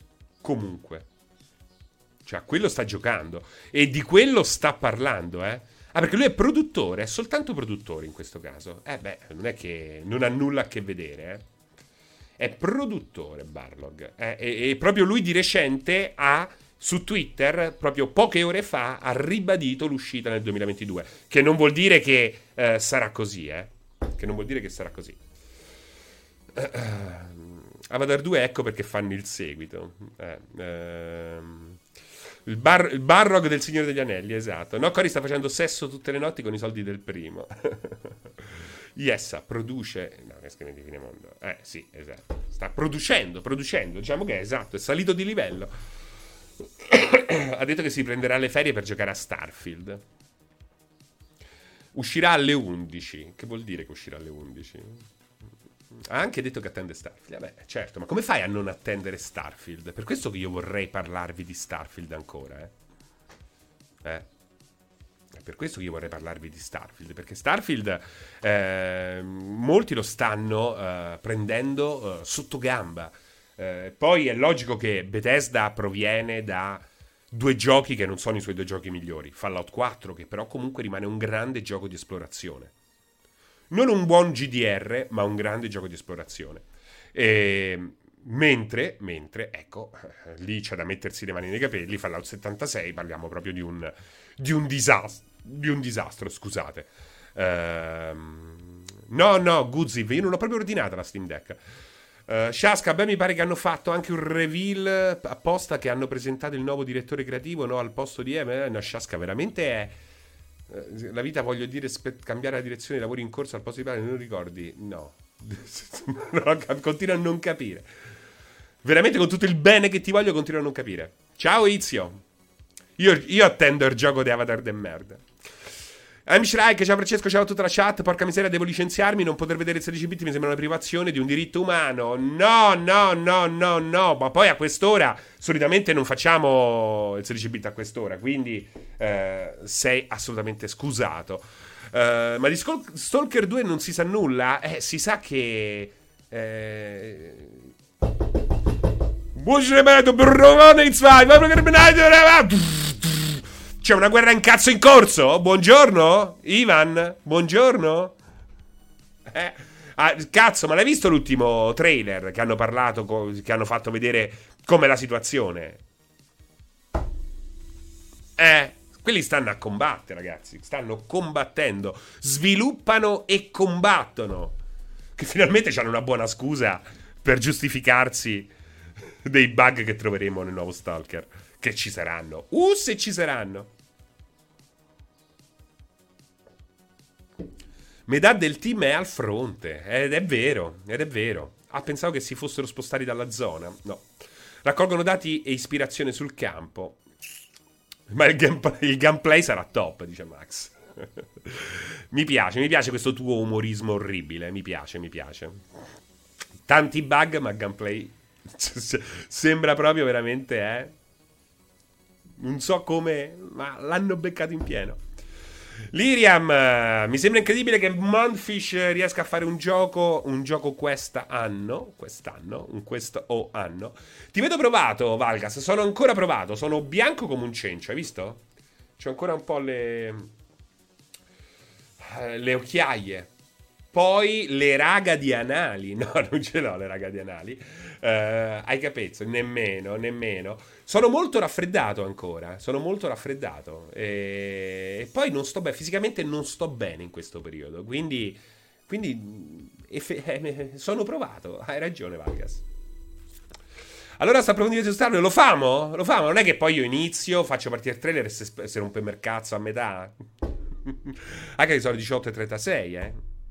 Cioè, a quello sta giocando. E di quello sta parlando, Ah, perché lui è produttore, è soltanto produttore in questo caso. Non è che non ha nulla a che vedere, È produttore Barlog. E proprio lui di recente su Twitter, proprio poche ore fa, ha ribadito l'uscita nel 2022. Che non vuol dire che sarà così, Che non vuol dire che sarà così. Avatar 2, ecco perché fanno il seguito. Il Barlog del Signore degli Anelli, esatto. No, Cory sta facendo sesso tutte le notti con i soldi del primo. Yessa produce... No, che scrive di fine mondo. Sì, esatto. Sta producendo. Diciamo che è esatto, è salito di livello. Ha detto che si prenderà le ferie per giocare a Starfield. Uscirà alle 11. Che vuol dire che uscirà alle 11? Ha anche detto che attende Starfield. Vabbè, certo, ma come fai a non attendere Starfield? Per questo che io vorrei parlarvi di Starfield ancora, È per questo che io vorrei parlarvi di Starfield. Perché Starfield molti lo stanno prendendo sotto gamba. Poi è logico che Bethesda proviene da due giochi che non sono i suoi due giochi migliori. Fallout 4, che però comunque rimane un grande gioco di esplorazione. Non un buon GDR, ma un grande gioco di esplorazione. Mentre, ecco, lì c'è da mettersi le mani nei capelli. Fallout 76, parliamo proprio di un disastro, scusate. No, Guziv, io non l'ho proprio ordinata la Steam Deck. Shaska, mi pare che hanno fatto anche un reveal apposta, che hanno presentato il nuovo direttore creativo, no, al posto di no, Shaska, veramente è... la vita, voglio dire, cambiare la direzione dei lavori in corso al posto di parlare, non ricordi? No. Continuo a non capire. Veramente, con tutto il bene che ti voglio, continuo a non capire. Ciao Izio. Io attendo il gioco di Avatar de merda. Amici like, ciao Francesco, ciao a tutta la chat. Porca miseria, devo licenziarmi. Non poter vedere il 16 bit mi sembra una privazione di un diritto umano. No. Ma poi a quest'ora solitamente non facciamo il 16 bit a quest'ora, quindi sei assolutamente scusato. Ma di Stalker 2 non si sa nulla. Si sa che c'è una guerra in cazzo in corso? Buongiorno, Ivan? Buongiorno? Cazzo, ma l'hai visto l'ultimo trailer che hanno parlato, che hanno fatto vedere com'è la situazione? Quelli stanno a combattere, ragazzi. Stanno combattendo. Sviluppano e combattono. Che finalmente hanno una buona scusa per giustificarsi dei bug che troveremo nel nuovo Stalker. Che ci saranno. Se ci saranno. Metà del team è al fronte. Ed è vero. Pensavo che si fossero spostati dalla zona. No. Raccolgono dati e ispirazione sul campo. Ma il gameplay sarà top, dice Max. Mi piace questo tuo umorismo orribile. Mi piace. Tanti bug, ma gameplay sembra proprio veramente, non so come, ma l'hanno beccato in pieno. Liriam, mi sembra incredibile che Mundfish riesca a fare un gioco quest'anno. Ti vedo provato, Valgas, sono ancora provato, sono bianco come un cencio, hai visto? C'ho ancora un po' le occhiaie. Poi le raga di anali. No, non ce l'ho le raga di anali. Hai capito? Nemmeno. Sono molto raffreddato ancora. E poi non sto bene. Fisicamente non sto bene in questo periodo. Quindi sono provato. Hai ragione, Vargas. Allora sta approfondendo su Star, lo famo? Non è che poi io inizio, faccio partire il trailer e se rompiamo il cazzo a metà. Anche che sono 18:36,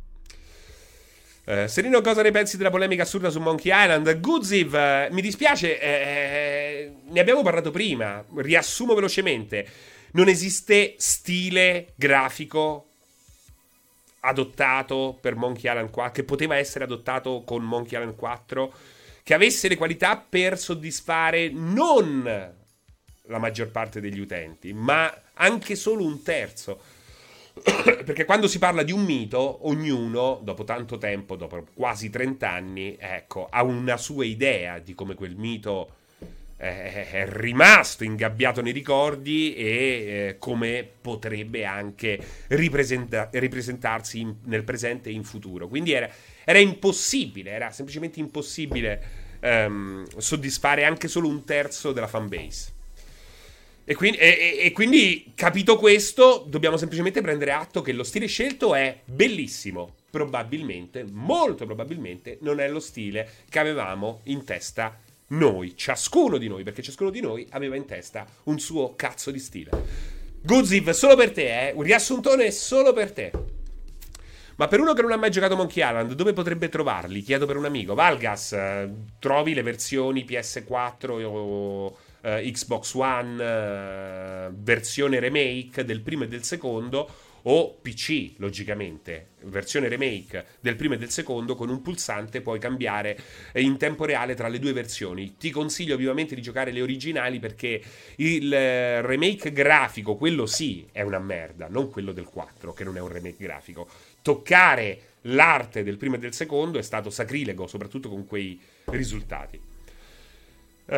Serino, cosa ne pensi della polemica assurda su Monkey Island? Guziv, mi dispiace, ne abbiamo parlato prima. Riassumo velocemente: non esiste stile grafico adottato per Monkey Island 4, che poteva essere adottato con Monkey Island 4, che avesse le qualità per soddisfare non la maggior parte degli utenti, ma anche solo un terzo. Perché quando si parla di un mito, ognuno, dopo tanto tempo, dopo quasi 30 anni, ecco, ha una sua idea di come quel mito è rimasto ingabbiato nei ricordi e come potrebbe anche ripresentarsi nel presente e in futuro. Quindi era impossibile, era semplicemente impossibile soddisfare anche solo un terzo della fanbase. E quindi, capito questo, dobbiamo semplicemente prendere atto che lo stile scelto è bellissimo. Probabilmente, molto probabilmente, non è lo stile che avevamo in testa noi, ciascuno di noi, perché ciascuno di noi aveva in testa un suo cazzo di stile. Guziv, solo per te, un riassuntone solo per te. Ma per uno che non ha mai giocato Monkey Island, dove potrebbe trovarli? Chiedo per un amico. Valgas, trovi le versioni PS4 o Xbox One, versione remake del primo e del secondo, o PC, logicamente, versione remake del primo e del secondo. Con un pulsante puoi cambiare in tempo reale tra le due versioni. Ti consiglio vivamente di giocare le originali, perché il remake grafico, quello sì, è una merda, non quello del 4, che non è un remake grafico. Toccare l'arte del primo e del secondo è stato sacrilego, soprattutto con quei risultati. Su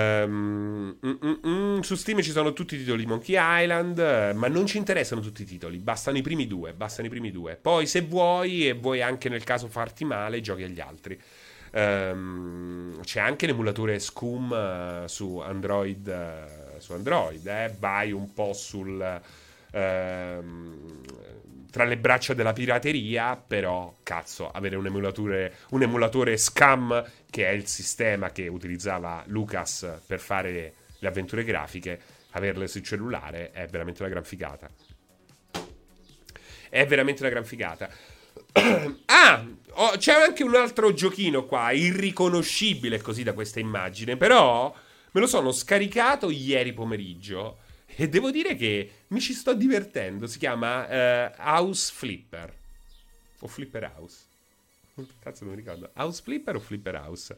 Steam ci sono tutti i titoli di Monkey Island, ma non ci interessano tutti i titoli, bastano i primi due, Poi se vuoi, e vuoi anche nel caso farti male, giochi agli altri. C'è anche l'emulatore Scum su Android, vai un po' tra le braccia della pirateria, però cazzo, avere un emulatore Scum, che è il sistema che utilizzava Lucas per fare le avventure grafiche, averle sul cellulare è veramente una gran figata. C'è anche un altro giochino qua, irriconoscibile così da questa immagine, però me lo sono scaricato ieri pomeriggio e devo dire che mi ci sto divertendo. Si chiama House Flipper o Flipper House. Cazzo, non mi ricordo. House Flipper o Flipper House?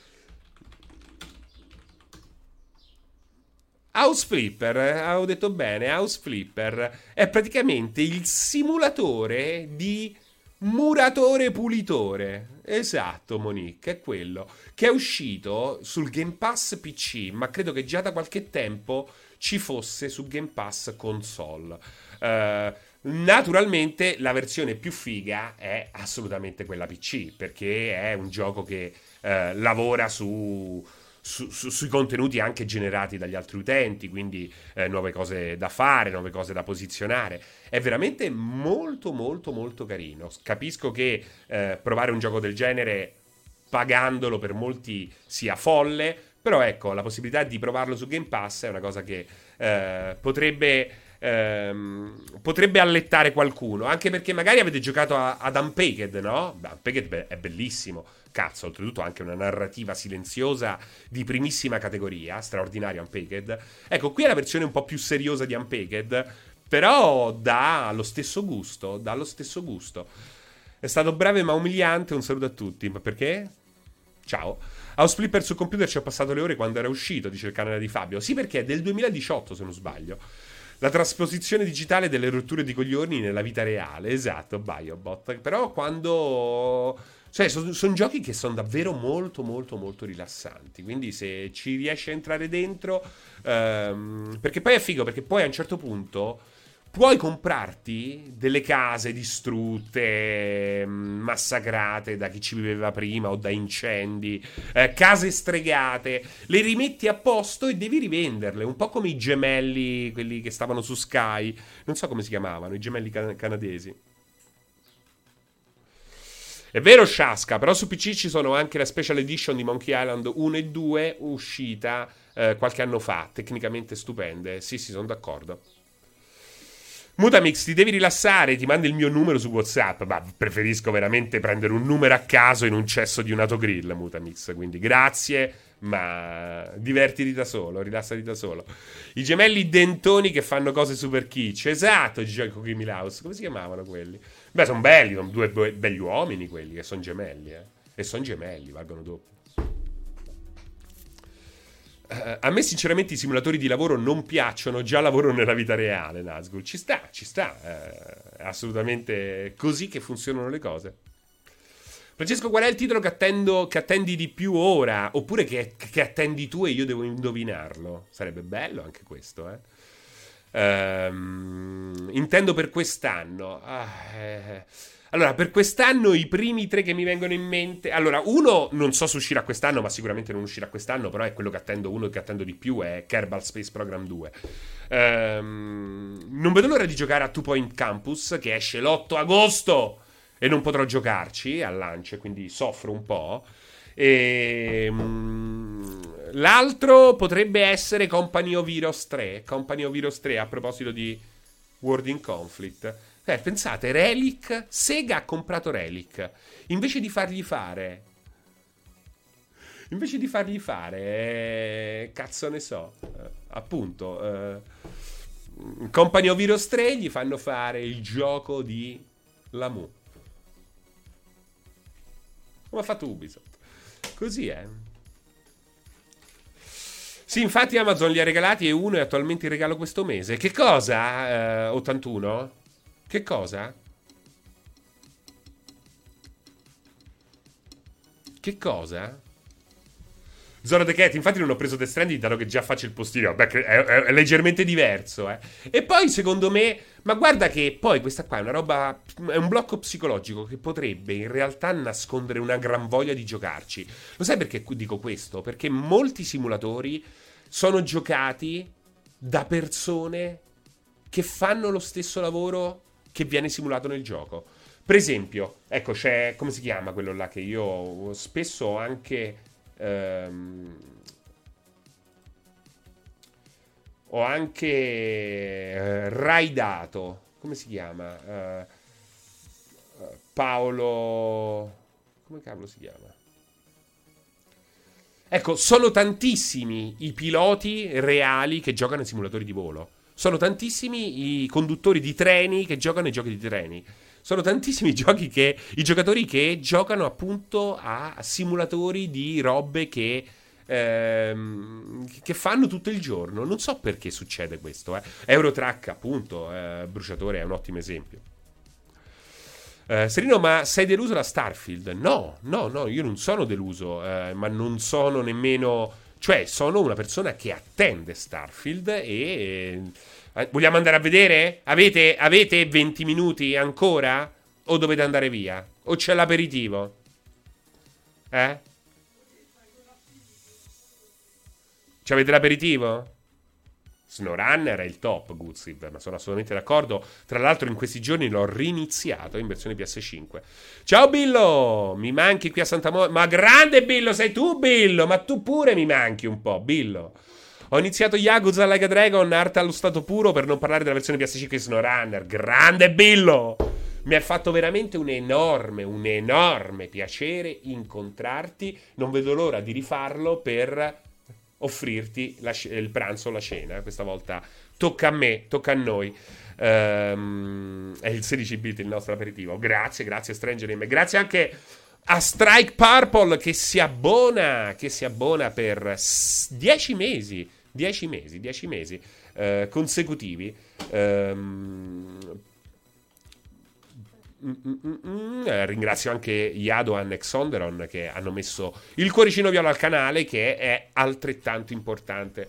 House Flipper, avevo detto bene. House Flipper è praticamente il simulatore di muratore pulitore. Esatto, Monique, è quello che è uscito sul Game Pass PC, ma credo che già da qualche tempo ci fosse su Game Pass console. Naturalmente la versione più figa è assolutamente quella PC, perché è un gioco che lavora sui contenuti anche generati dagli altri utenti, quindi nuove cose da fare, nuove cose da posizionare. È veramente molto molto molto carino. Capisco che provare un gioco del genere pagandolo per molti sia folle, però ecco, la possibilità di provarlo su Game Pass è una cosa che potrebbe allettare qualcuno, anche perché magari avete giocato ad Unpaked, no? Unpaked è bellissimo, cazzo, oltretutto anche una narrativa silenziosa di primissima categoria, straordinario Unpaked. Ecco, qui è la versione un po' più seriosa di Unpaked, però dà lo stesso gusto. È stato breve ma umiliante, un saluto a tutti. Ma perché? Ciao. House Flipper su computer ci ho passato le ore quando era uscito, dice il canale di Fabio. Sì, perché è del 2018, se non sbaglio. La trasposizione digitale delle rotture di coglioni nella vita reale. Esatto, Biobot. Però quando... Cioè, sono giochi che sono davvero molto, molto, molto rilassanti. Quindi se ci riesci a entrare dentro... perché poi è figo, perché poi a un certo punto... puoi comprarti delle case distrutte, massacrate da chi ci viveva prima o da incendi, case stregate, le rimetti a posto e devi rivenderle, un po' come i gemelli, quelli che stavano su Sky, non so come si chiamavano, i gemelli canadesi. È vero, Shaska, però su PC ci sono anche la Special Edition di Monkey Island 1 e 2, uscita qualche anno fa, tecnicamente stupende. Sì, sono d'accordo. Mutamix, ti devi rilassare, ti mando il mio numero su WhatsApp. Ma preferisco veramente prendere un numero a caso in un cesso di un autogrill, Mutamix. Quindi grazie, ma divertiti da solo, rilassati da solo. I gemelli dentoni che fanno cose super kitsch. Esatto, Gioco Gimme House. Come si chiamavano quelli? Beh, sono belli, sono due begli uomini quelli, che sono gemelli, E sono gemelli, valgono doppio. A me sinceramente i simulatori di lavoro non piacciono, già lavoro nella vita reale, Nazgul. Ci sta, è assolutamente così che funzionano le cose. Francesco, qual è il titolo che attendi di più ora? Oppure che attendi tu e io devo indovinarlo? Sarebbe bello anche questo, eh? Intendo per quest'anno. Allora, per quest'anno i primi tre che mi vengono in mente. Allora, uno non so se uscirà quest'anno, ma sicuramente non uscirà quest'anno. Però è quello che attendo. Uno che attendo di più è Kerbal Space Program 2. Non vedo l'ora di giocare a Two Point Campus, che esce l'8 agosto. E non potrò giocarci al lancio, quindi soffro un po'. L'altro potrebbe essere Company of Heroes 3. Company of Heroes 3, a proposito di World in Conflict. Pensate, Relic, Sega ha comprato Relic. Invece di fargli fare... cazzo ne so, appunto, Company of Heroes 3 gli fanno fare il gioco di Lamu. Come ha fatto Ubisoft. Così è. Sì, infatti Amazon li ha regalati e uno è attualmente in regalo questo mese. Che cosa? 81? Che cosa? Che cosa? Zoro The Cat, infatti non ho preso Death Stranding dato che già faccio il postino. Beh, è leggermente diverso, eh. E poi secondo me, ma guarda che poi questa qua è una roba, è un blocco psicologico che potrebbe in realtà nascondere una gran voglia di giocarci. Lo sai perché dico questo? Perché molti simulatori sono giocati da persone che fanno lo stesso lavoro che viene simulato nel gioco. Per esempio, ecco, c'è, come si chiama quello là che io spesso ho anche... ho anche raidato, come si chiama? Paolo, come cavolo si chiama? Ecco, sono tantissimi i piloti reali che giocano ai simulatori di volo. Sono tantissimi i conduttori di treni che giocano ai giochi di treni. Sono tantissimi i giocatori che giocano appunto a simulatori di robe che fanno tutto il giorno. Non so perché succede questo. Eurotrack, appunto, Bruciatore è un ottimo esempio. Serino, ma sei deluso da Starfield? No, io non sono deluso, ma non sono nemmeno... Cioè, sono una persona che attende Starfield e... vogliamo andare a vedere? Avete 20 minuti ancora? O dovete andare via? O c'è l'aperitivo? Ci avete l'aperitivo? SnowRunner è il top, Gutsiv, ma sono assolutamente d'accordo. Tra l'altro in questi giorni l'ho riniziato in versione PS5. Ciao Billo, mi manchi qui a Santa Monica. Ma grande Billo, sei tu Billo, ma tu pure mi manchi un po', Billo. Ho iniziato Yakuza Like a Dragon, arte allo stato puro, per non parlare della versione PS5 di SnowRunner. Grande Billo! Mi è fatto veramente un enorme piacere incontrarti. Non vedo l'ora di rifarlo per offrirti il pranzo o la cena. Questa volta tocca a me, tocca a noi. È il 16 bit il nostro aperitivo. Grazie Stranger in me. Grazie anche a Strike Purple che si abbona per 10 mesi consecutivi. Ringrazio anche Yadoan e Xonderon che hanno messo il cuoricino viola al canale, che è altrettanto importante.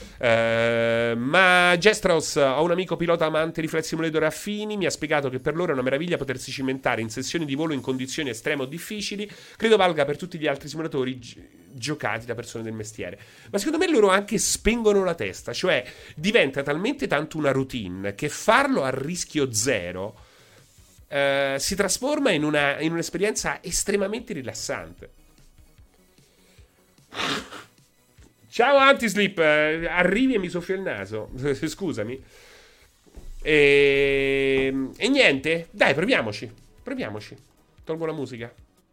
Ma Gestros, ho un amico pilota amante di Flight Simulator affini, mi ha spiegato che per loro è una meraviglia potersi cimentare in sessioni di volo in condizioni estremo difficili. Credo valga per tutti gli altri simulatori giocati da persone del mestiere, ma secondo me loro anche spengono la testa, cioè diventa talmente tanto una routine che farlo a rischio zero si trasforma in un'esperienza estremamente rilassante. Ciao Antisleep, arrivi e mi soffia il naso. Scusami. E niente, dai, proviamoci. Tolgo la musica.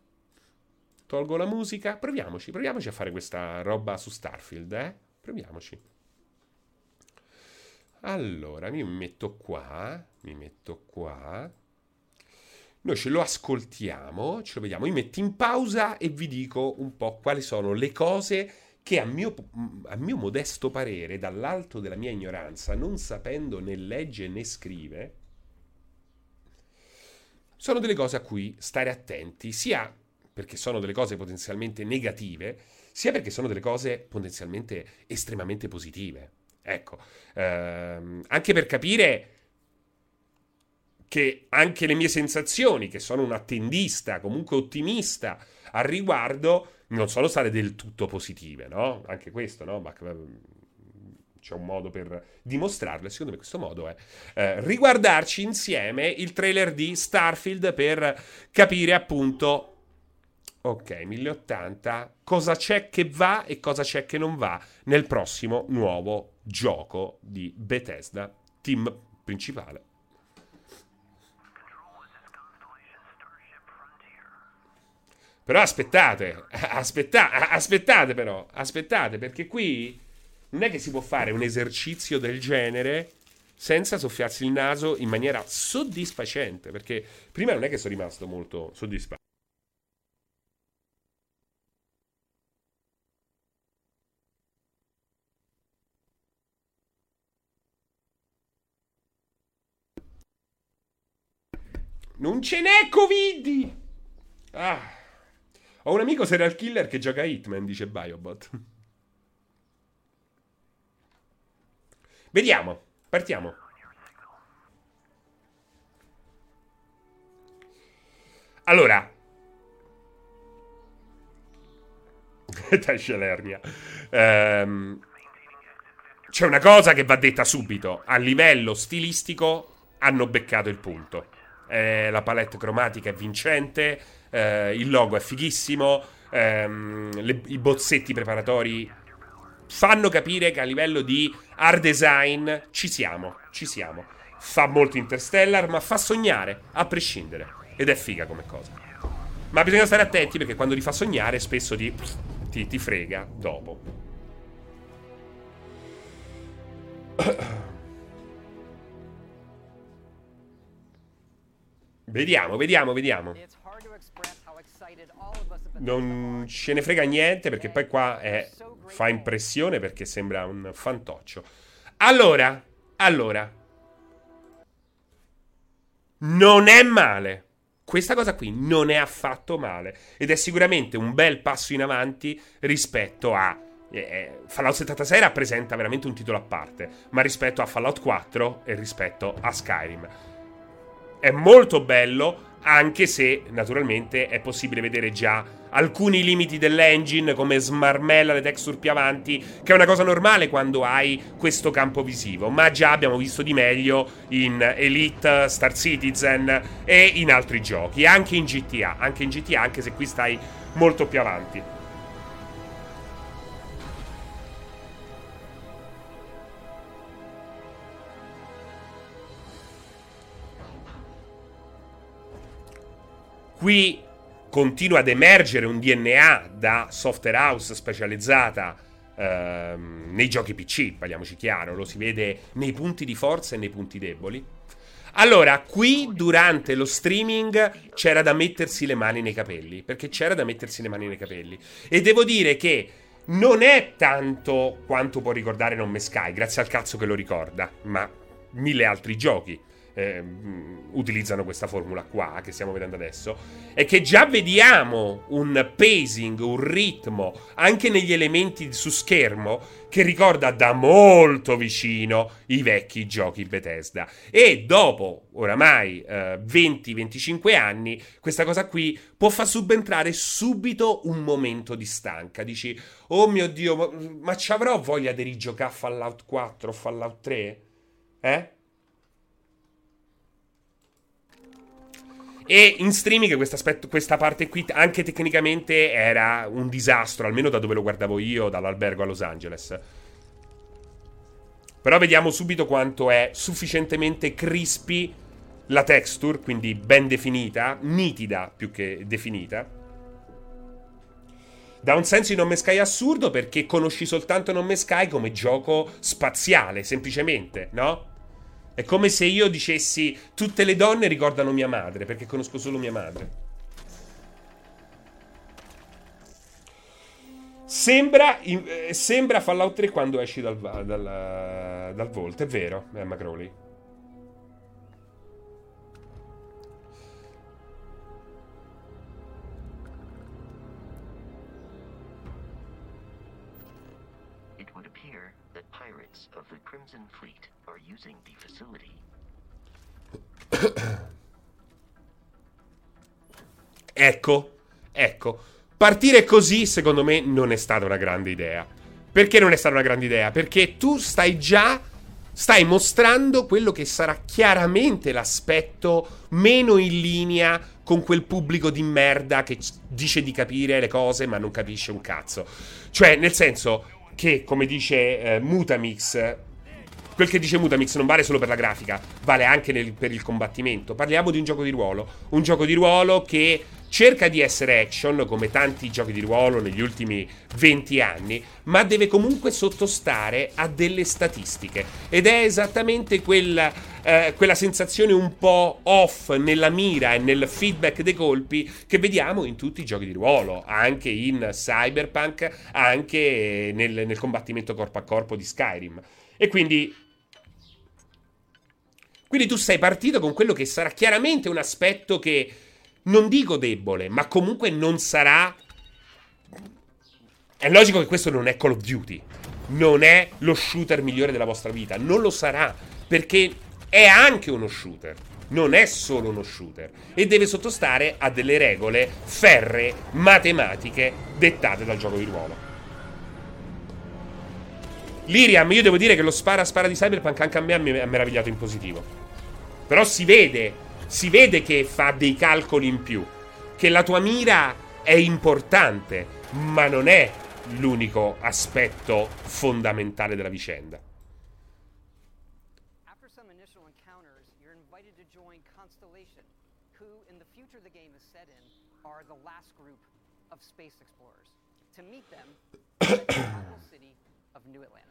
Proviamoci a fare questa roba su Starfield, Proviamoci. Allora, mi metto qua. Noi ce lo ascoltiamo, ce lo vediamo. Io metto in pausa e vi dico un po' quali sono le cose che a mio modesto parere, dall'alto della mia ignoranza, non sapendo né legge né scrive, sono delle cose a cui stare attenti, sia perché sono delle cose potenzialmente negative, sia perché sono delle cose potenzialmente estremamente positive. Ecco, anche per capire che anche le mie sensazioni, che sono un attendista, comunque ottimista al riguardo, non sono state del tutto positive, no? Anche questo, no? Ma c'è un modo per dimostrarlo, e secondo me questo modo è riguardarci insieme il trailer di Starfield per capire appunto, ok, 1080, cosa c'è che va e cosa c'è che non va nel prossimo nuovo gioco di Bethesda, team principale. Però aspettate, perché qui non è che si può fare un esercizio del genere senza soffiarsi il naso in maniera soddisfacente, perché prima non è che sono rimasto molto soddisfatto. Non ce n'è Covid! Ah. Ho un amico serial killer che gioca a Hitman, dice Biobot. Vediamo, partiamo. Allora, Tascia l'ernia. C'è una cosa che va detta subito. A livello stilistico hanno beccato il punto. La palette cromatica è vincente, il logo è fighissimo, i bozzetti preparatori fanno capire che a livello di art design ci siamo, ci siamo. Fa molto Interstellar, ma fa sognare, a prescindere. Ed è figa come cosa. Ma bisogna stare attenti perché quando ti fa sognare spesso ti frega dopo. Vediamo. Non ce ne frega niente perché poi qua fa impressione perché sembra un fantoccio. Allora, non è male. Questa cosa qui non è affatto male ed è sicuramente un bel passo in avanti rispetto a Fallout 76 rappresenta veramente un titolo a parte, ma rispetto a Fallout 4 e rispetto a Skyrim è molto bello, anche se naturalmente è possibile vedere già alcuni limiti dell'engine, come smarmella le texture più avanti, che è una cosa normale quando hai questo campo visivo, ma già abbiamo visto di meglio in Elite, Star Citizen e in altri giochi, anche in GTA, anche se qui stai molto più avanti. Qui continua ad emergere un DNA da software house specializzata nei giochi PC, parliamoci chiaro, lo si vede nei punti di forza e nei punti deboli. Allora, qui durante lo streaming c'era da mettersi le mani nei capelli, perché c'era da mettersi le mani nei capelli. E devo dire che non è tanto quanto può ricordare Non Me Sky, grazie al cazzo che lo ricorda, ma mille altri giochi utilizzano questa formula qua che stiamo vedendo adesso, è che già vediamo un pacing, un ritmo anche negli elementi su schermo che ricorda da molto vicino i vecchi giochi Bethesda, e dopo oramai 20-25 anni questa cosa qui può far subentrare subito un momento di stanca. Dici, oh mio Dio, ma ci avrò voglia di rigiocare Fallout 4 o Fallout 3? E in streaming questa parte qui anche tecnicamente era un disastro, almeno da dove lo guardavo io, dall'albergo a Los Angeles. Però vediamo subito quanto è sufficientemente crispy la texture, quindi ben definita, nitida più che definita. Da un senso di Non Me Sky assurdo, perché conosci soltanto Non Me Sky come gioco spaziale, semplicemente, no? È come se io dicessi tutte le donne ricordano mia madre, perché conosco solo mia madre. Sembra Fallout 3 quando esci dal Vault, è vero, Macroley. It would appear that pirates of the Crimson Fleet are using the facility. Ecco. Partire così, secondo me, non è stata una grande idea. Perché non è stata una grande idea? Perché tu stai mostrando quello che sarà chiaramente l'aspetto meno in linea con quel pubblico di merda che dice di capire le cose ma non capisce un cazzo. Cioè, nel senso che, come dice Mutamix, quel che dice Mutamix non vale solo per la grafica, vale anche per il combattimento. Parliamo di un gioco di ruolo che cerca di essere action come tanti giochi di ruolo negli ultimi 20 anni, ma deve comunque sottostare a delle statistiche. Ed è esattamente quella sensazione un po' off nella mira e nel feedback dei colpi che vediamo in tutti i giochi di ruolo, anche in Cyberpunk, anche nel combattimento corpo a corpo di Skyrim. E quindi tu sei partito con quello che sarà chiaramente un aspetto che non dico debole, ma comunque non sarà. È logico che questo non è Call of Duty, non è lo shooter migliore della vostra vita, non lo sarà, perché è anche uno shooter, non è solo uno shooter, e deve sottostare a delle regole ferree, matematiche, dettate dal gioco di ruolo. Liriam, io devo dire che lo spara di Cyberpunk anche a me ha meravigliato in positivo. Però si vede che fa dei calcoli in più, che la tua mira è importante, ma non è l'unico aspetto fondamentale della vicenda. After some initial encounters, you're invited to join Constellation, who in the future the game is set in are the last group of space explorers. To meet them, in the capital city of New Atlantis.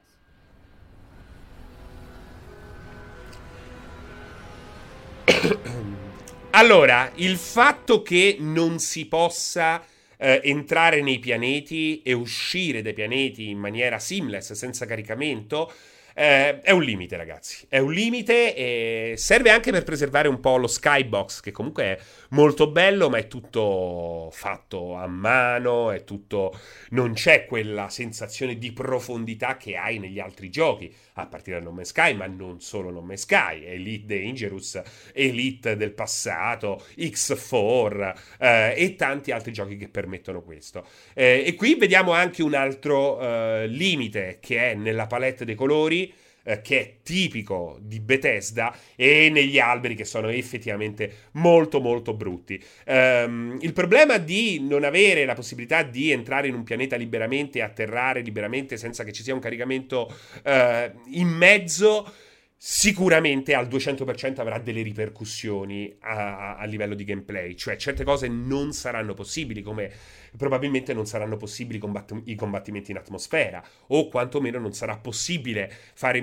Allora, il fatto che non si possa entrare nei pianeti e uscire dai pianeti in maniera seamless, senza caricamento, è un limite, ragazzi. È un limite e serve anche per preservare un po' lo skybox, che comunque è molto bello, ma è tutto fatto a mano, è tutto. Non c'è quella sensazione di profondità che hai negli altri giochi, a partire da No Man's Sky, ma non solo No Man's Sky, Elite Dangerous, Elite del passato, X4 e tanti altri giochi che permettono questo. E qui vediamo anche un altro limite che è nella palette dei colori, che è tipico di Bethesda, e negli alberi che sono effettivamente molto molto brutti. Il problema di non avere la possibilità di entrare in un pianeta liberamente e atterrare liberamente senza che ci sia un caricamento in mezzo sicuramente al 200% avrà delle ripercussioni a livello di gameplay, cioè certe cose non saranno possibili, come probabilmente non saranno possibili i combattimenti in atmosfera, o quantomeno non sarà possibile fare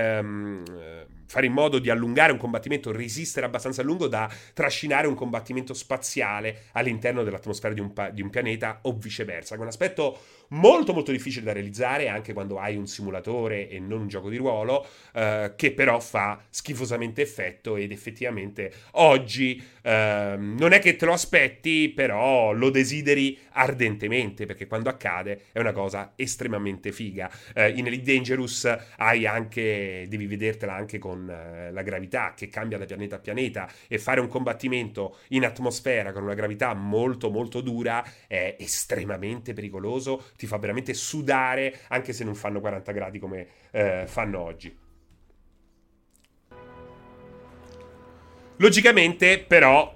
in modo di allungare un combattimento, resistere abbastanza a lungo da trascinare un combattimento spaziale all'interno dell'atmosfera di un pianeta, o viceversa, che è un aspetto molto molto difficile da realizzare anche quando hai un simulatore e non un gioco di ruolo, che però fa schifosamente effetto, ed effettivamente oggi non è che te lo aspetti, però lo desideri ardentemente, perché quando accade è una cosa estremamente figa. In Elite Dangerous devi vedertela anche con la gravità che cambia da pianeta a pianeta, e fare un combattimento in atmosfera con una gravità molto molto dura è estremamente pericoloso, ti fa veramente sudare anche se non fanno 40 gradi come fanno oggi. Logicamente però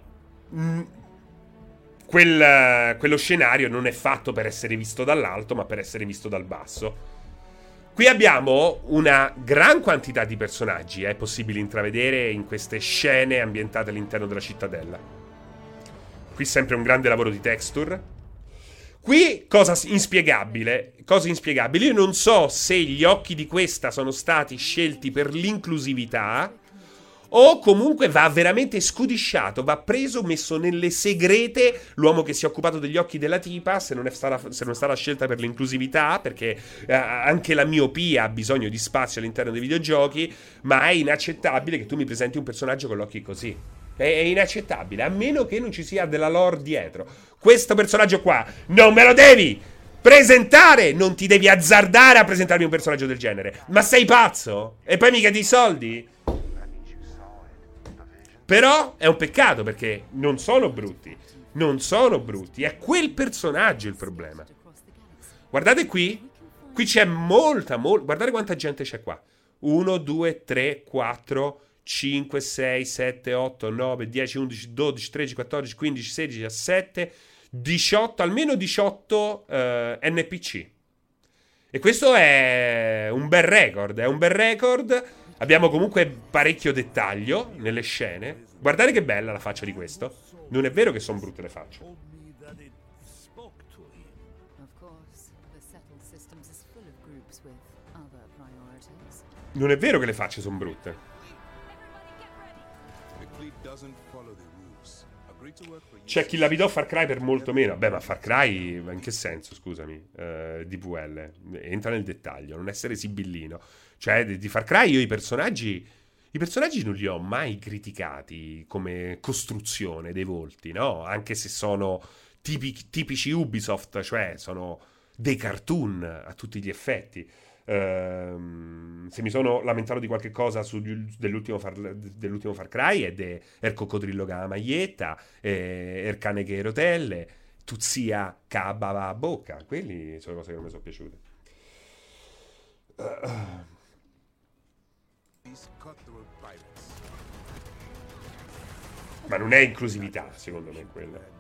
quello scenario non è fatto per essere visto dall'alto, ma per essere visto dal basso. Qui abbiamo una gran quantità di personaggi, è possibile intravedere in queste scene ambientate all'interno della cittadella. Qui sempre un grande lavoro di texture. Qui cosa inspiegabile. Io non so se gli occhi di questa sono stati scelti per l'inclusività o comunque va veramente scudisciato, va preso, messo nelle segrete, l'uomo che si è occupato degli occhi della tipa, se non è stata scelta per l'inclusività, perché anche la miopia ha bisogno di spazio all'interno dei videogiochi, ma è inaccettabile che tu mi presenti un personaggio con gli occhi così. È inaccettabile, a meno che non ci sia della lore dietro. Questo personaggio qua non me lo devi presentare, non ti devi azzardare a presentarmi un personaggio del genere. Ma sei pazzo? E poi mica di soldi? Però è un peccato perché non sono brutti. Non sono brutti. È quel personaggio il problema. Guardate qui. Qui c'è molta. Guardate quanta gente c'è qua. 1, 2, 3, 4, 5, 6, 7, 8, 9, 10, 11, 12, 13, 14, 15, 16, 17, 18. Almeno 18 NPC. E questo è un bel record. È un bel record. Abbiamo comunque parecchio dettaglio nelle scene. Guardate che bella la faccia di questo. Non è vero che sono brutte le facce. Non è vero che le facce sono brutte. C'è chi la bidò Far Cry per molto meno. Beh, ma Far Cry, in che senso, scusami? DVL, entra nel dettaglio, non essere sibillino. Cioè, di Far Cry io i personaggi non li ho mai criticati come costruzione dei volti, no? Anche se sono tipici Ubisoft, cioè sono dei cartoon a tutti gli effetti. Se mi sono lamentato di qualche cosa dell'ultimo Far Cry è il coccodrillo che ha la maglietta, il cane che rotelle, Tuzia cabava a bocca. Quelli sono cose che non mi sono piaciute. Ma non è inclusività, secondo me, quella.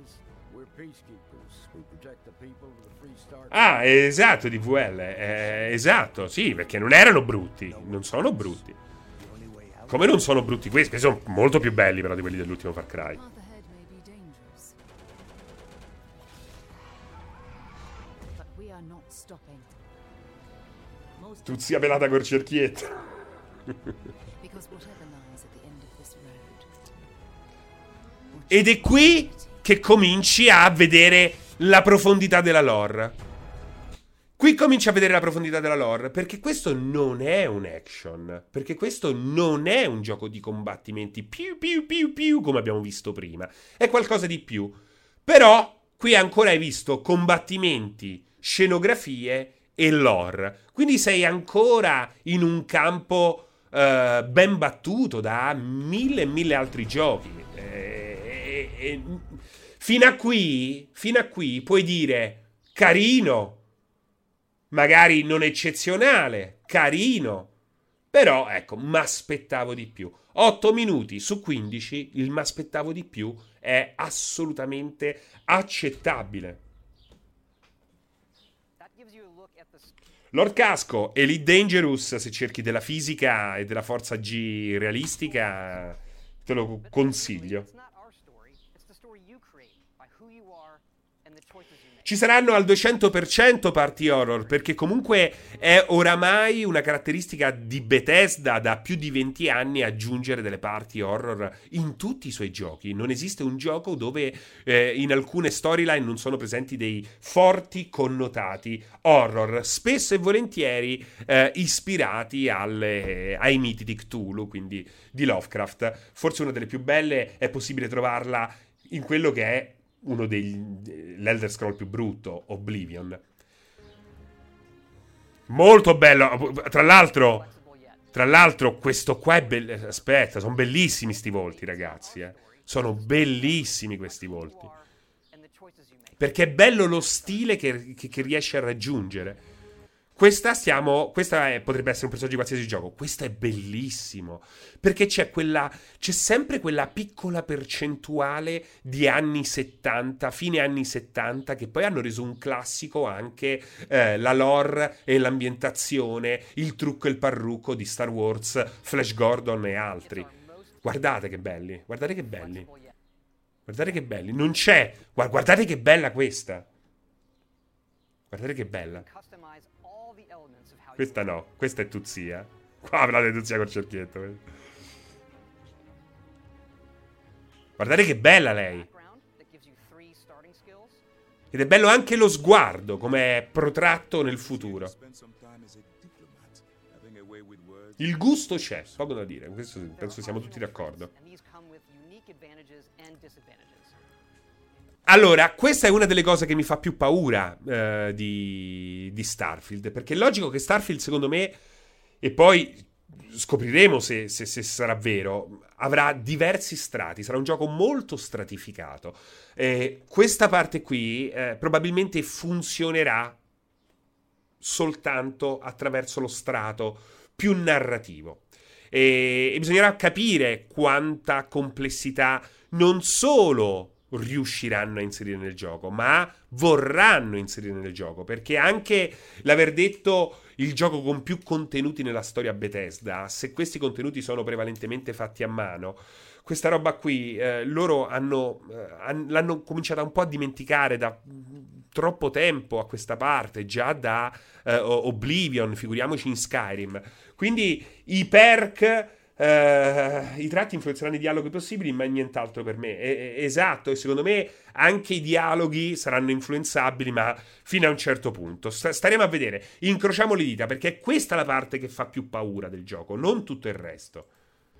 Ah, esatto, DVL. Esatto, sì, perché non erano brutti. Non sono brutti. Come non sono brutti questi? Sono molto più belli però di quelli dell'ultimo Far Cry. Tuzia pelata col cerchietto. Ed è qui che cominci a vedere la profondità della lore. Qui cominci a vedere la profondità della lore, perché questo non è un action, perché questo non è un gioco di combattimenti più come abbiamo visto prima, è qualcosa di più. Però qui ancora hai visto combattimenti, scenografie e lore, quindi sei ancora in un campo ben battuto da mille altri giochi. Fino a qui puoi dire carino, magari non eccezionale, carino, però ecco, m'aspettavo di più. 8 minuti su 15, il m'aspettavo di più è assolutamente accettabile. Lord Casco, Elite Dangerous, se cerchi della fisica e della forza G realistica, te lo consiglio. Ci saranno al 200% party horror, perché comunque è oramai una caratteristica di Bethesda da più di 20 anni aggiungere delle party horror in tutti i suoi giochi. Non esiste un gioco dove in alcune storyline non sono presenti dei forti connotati horror, spesso e volentieri ispirati ai miti di Cthulhu, quindi di Lovecraft. Forse una delle più belle è possibile trovarla in quello che è uno l'Elder Scroll più brutto, Oblivion. Molto bello. Tra l'altro questo qua è bello. Aspetta, sono bellissimi sti volti, ragazzi. Sono bellissimi questi volti. Perché è bello lo stile che riesce a raggiungere. Questa potrebbe essere un personaggio di qualsiasi gioco. Questo è bellissimo. Perché c'è sempre quella piccola percentuale di anni 70, fine anni 70, che poi hanno reso un classico anche la lore e l'ambientazione, il trucco e il parrucco di Star Wars, Flash Gordon e altri. Guardate che belli. Guardate che belli. Guardate che belli. Non c'è. Guardate che bella questa. Guardate che bella. Questa no, questa è Tuzia. Qua parlate di Tuzia col cerchietto. Guardate che bella lei. Background that gives you 3 starting skills. Ed è bello anche lo sguardo, come è protratto nel futuro. Il gusto c'è, poco da dire. Questo penso siamo tutti d'accordo. And these come with unique advantages and disadvantages. Allora, questa è una delle cose che mi fa più paura di Starfield. Perché è logico che Starfield, secondo me, e poi scopriremo se sarà vero, avrà diversi strati. Sarà un gioco molto stratificato. Questa parte qui probabilmente funzionerà soltanto attraverso lo strato più narrativo. E bisognerà capire quanta complessità non solo riusciranno a inserire nel gioco, ma vorranno inserire nel gioco, perché anche l'aver detto il gioco con più contenuti nella storia Bethesda, se questi contenuti sono prevalentemente fatti a mano, questa roba qui loro l'hanno cominciata un po' a dimenticare da troppo tempo a questa parte, già da Oblivion, figuriamoci in Skyrim. Quindi i perk, i tratti influenzeranno i dialoghi possibili, ma nient'altro per me. Esatto, e secondo me anche i dialoghi saranno influenzabili, ma fino a un certo punto. Staremo a vedere. Incrociamo le dita, perché è questa la parte che fa più paura del gioco, non tutto il resto.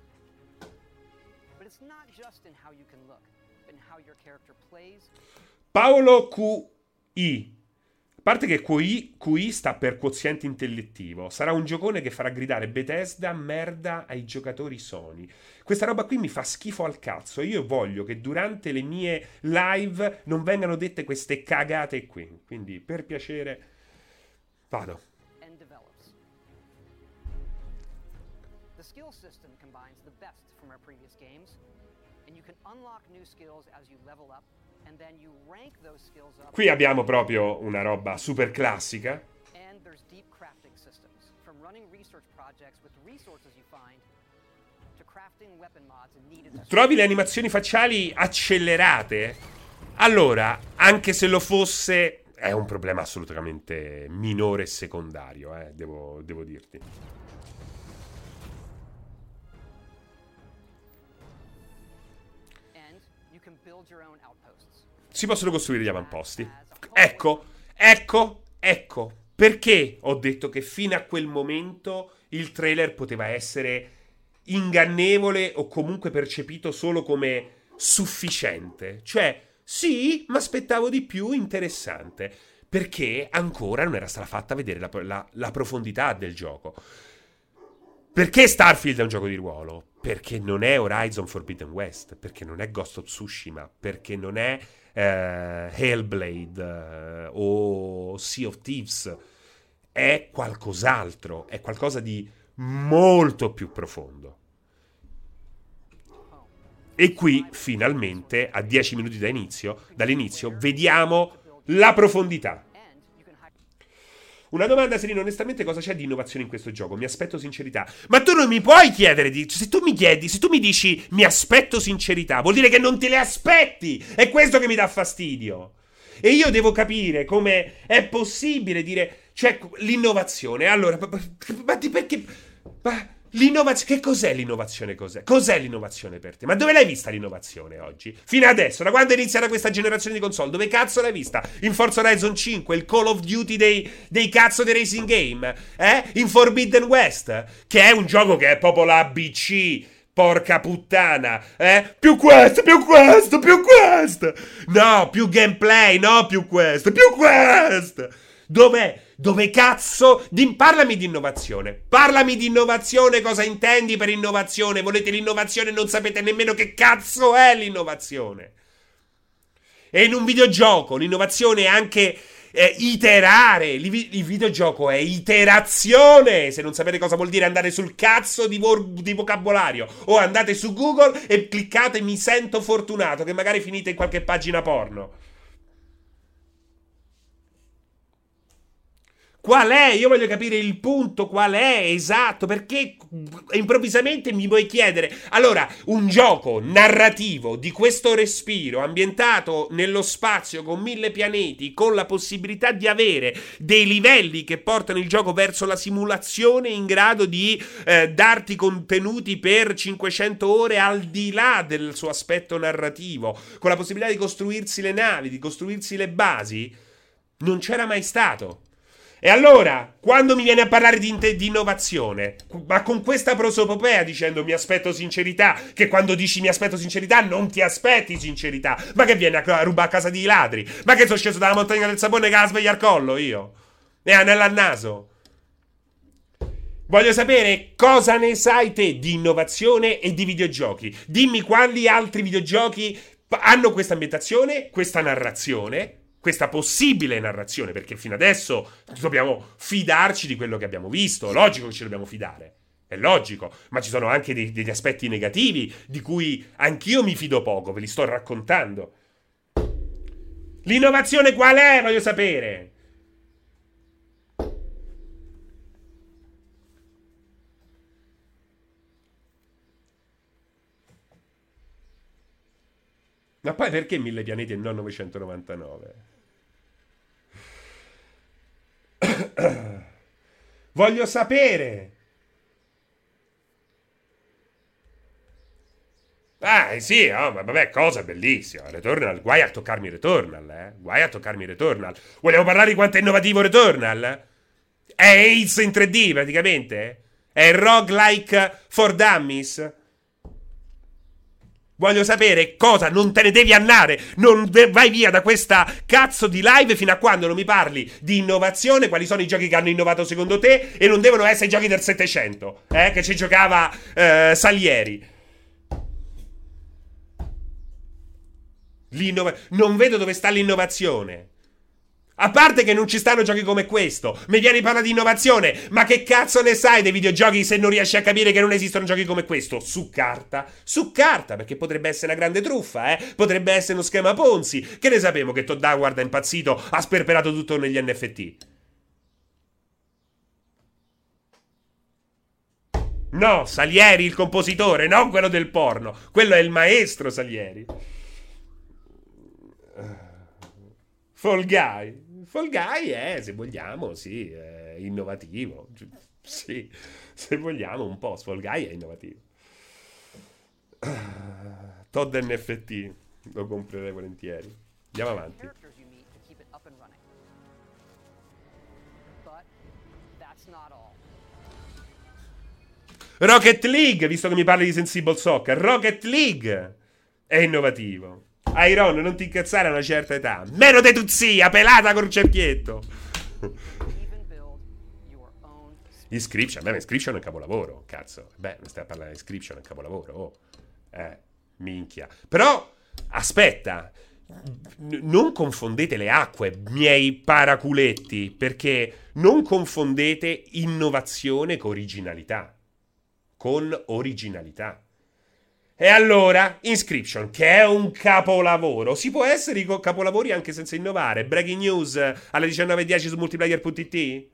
But it's not just in how you can look, but in how your character plays. Paolo QI. A parte che QI sta per quoziente intellettivo. Sarà un giocone che farà gridare Bethesda merda ai giocatori Sony. Questa roba qui mi fa schifo al cazzo. Io voglio che durante le mie live non vengano dette queste cagate qui. Quindi, per piacere, vado. And develops. The skill system combines the best from our previous games, and you can unlock new skills as you level up, and then you rank those skills up. Qui abbiamo proprio una roba super classica. And there's deep crafting systems, from running research projects with resources you find to crafting weapon mods and needed. Trovi le animazioni facciali accelerate? Allora, anche se lo fosse, è un problema assolutamente minore e secondario, devo dirti. And you can build your own outposts. Si possono costruire gli avamposti. Ecco. Perché ho detto che fino a quel momento il trailer poteva essere ingannevole o comunque percepito solo come sufficiente. Cioè, sì, ma aspettavo di più, interessante. Perché ancora non era stata fatta vedere la profondità del gioco. Perché Starfield è un gioco di ruolo? Perché non è Horizon Forbidden West, perché non è Ghost of Tsushima, perché non è Hellblade o Sea of Thieves. È qualcos'altro, è qualcosa di molto più profondo. E qui, finalmente, a 10 minuti dall'inizio, vediamo la profondità. And you can hide. Una domanda, Serino, onestamente cosa c'è di innovazione in questo gioco? Mi aspetto sincerità. Ma tu non mi puoi chiedere se tu mi dici mi aspetto sincerità, vuol dire che non te le aspetti. È questo che mi dà fastidio. E io devo capire come è possibile dire, cioè, l'innovazione. Allora, perché... L'innovazione, che cos'è l'innovazione? Cos'è l'innovazione per te? Ma dove l'hai vista l'innovazione oggi? Fino adesso, da quando è iniziata questa generazione di console, dove cazzo l'hai vista? In Forza Horizon 5, il Call of Duty dei cazzo dei racing game? In Forbidden West, che è un gioco che è proprio l'ABC, porca puttana, Più questo! No, più gameplay, no, più questo! Dov'è? Dove cazzo? Parlami di innovazione. Parlami di innovazione, cosa intendi per innovazione? Volete l'innovazione e non sapete nemmeno che cazzo è l'innovazione. E in un videogioco l'innovazione è anche iterare. Il videogioco è iterazione. Se non sapete cosa vuol dire andare sul cazzo di vocabolario, o andate su Google e cliccate mi sento fortunato, che magari finite in qualche pagina porno. Qual è? Io voglio capire il punto, qual è esatto, perché improvvisamente mi vuoi chiedere. Allora, un gioco narrativo di questo respiro, ambientato nello spazio con 1000 pianeti, con la possibilità di avere dei livelli che portano il gioco verso la simulazione in grado di darti contenuti per 500 ore al di là del suo aspetto narrativo, con la possibilità di costruirsi le navi, di costruirsi le basi, non c'era mai stato. E allora, quando mi viene a parlare di innovazione, ma con questa prosopopea dicendo mi aspetto sincerità, che quando dici mi aspetto sincerità non ti aspetti sincerità, ma che vieni a rubare a casa di ladri, ma che sono sceso dalla montagna del sapone che la sveglia al collo io, e anello al naso. Voglio sapere cosa ne sai te di innovazione e di videogiochi. Dimmi quali altri videogiochi hanno questa ambientazione, questa narrazione, questa possibile narrazione, perché fino adesso dobbiamo fidarci di quello che abbiamo visto. Logico che ci dobbiamo fidare, è logico, ma ci sono anche degli aspetti negativi di cui anch'io mi fido poco, ve li sto raccontando. L'innovazione qual è? Voglio sapere. Ma poi perché 1000 pianeti e non 999? Voglio sapere. Ah, sì, oh, ma vabbè, cosa bellissima. Returnal, guai a toccarmi Returnal, Guai a toccarmi Returnal. Vogliamo parlare di quanto è innovativo Returnal? È Ace in 3D, praticamente? È il roguelike for dummies? Voglio sapere cosa, non te ne devi andare, non vai via da questa cazzo di live fino a quando non mi parli di innovazione, quali sono i giochi che hanno innovato secondo te, e non devono essere i giochi del 700, che ci giocava Salieri. Non vedo dove sta l'innovazione. A parte che non ci stanno giochi come questo. Mi vieni a parlare di innovazione. Ma che cazzo ne sai dei videogiochi se non riesci a capire che non esistono giochi come questo? Su carta, perché potrebbe essere una grande truffa, potrebbe essere uno schema Ponzi. Che ne sapevo che Todd Howard è impazzito, ha sperperato tutto negli NFT. No, Salieri il compositore, non quello del porno. Quello è il maestro Salieri. Fall Guy è, se vogliamo, sì, è innovativo. Sì, se vogliamo un po', Fall Guy è innovativo. Todd NFT, lo comprerei volentieri. Andiamo avanti. Rocket League, visto che mi parli di Sensible Soccer, Rocket League è innovativo. Iron, non ti incazzare a una certa età. Meno de tu zia, pelata col cerchietto. Inscription, beh, Inscription è un capolavoro, cazzo. Beh, mi stai a parlare di Inscription, è un capolavoro. Oh. Minchia. Però, aspetta. Non confondete le acque, miei paraculetti, perché non confondete innovazione con originalità. E allora, Inscription, che è un capolavoro, si può essere capolavori anche senza innovare. Breaking news alle 19:10 su multiplayer.it.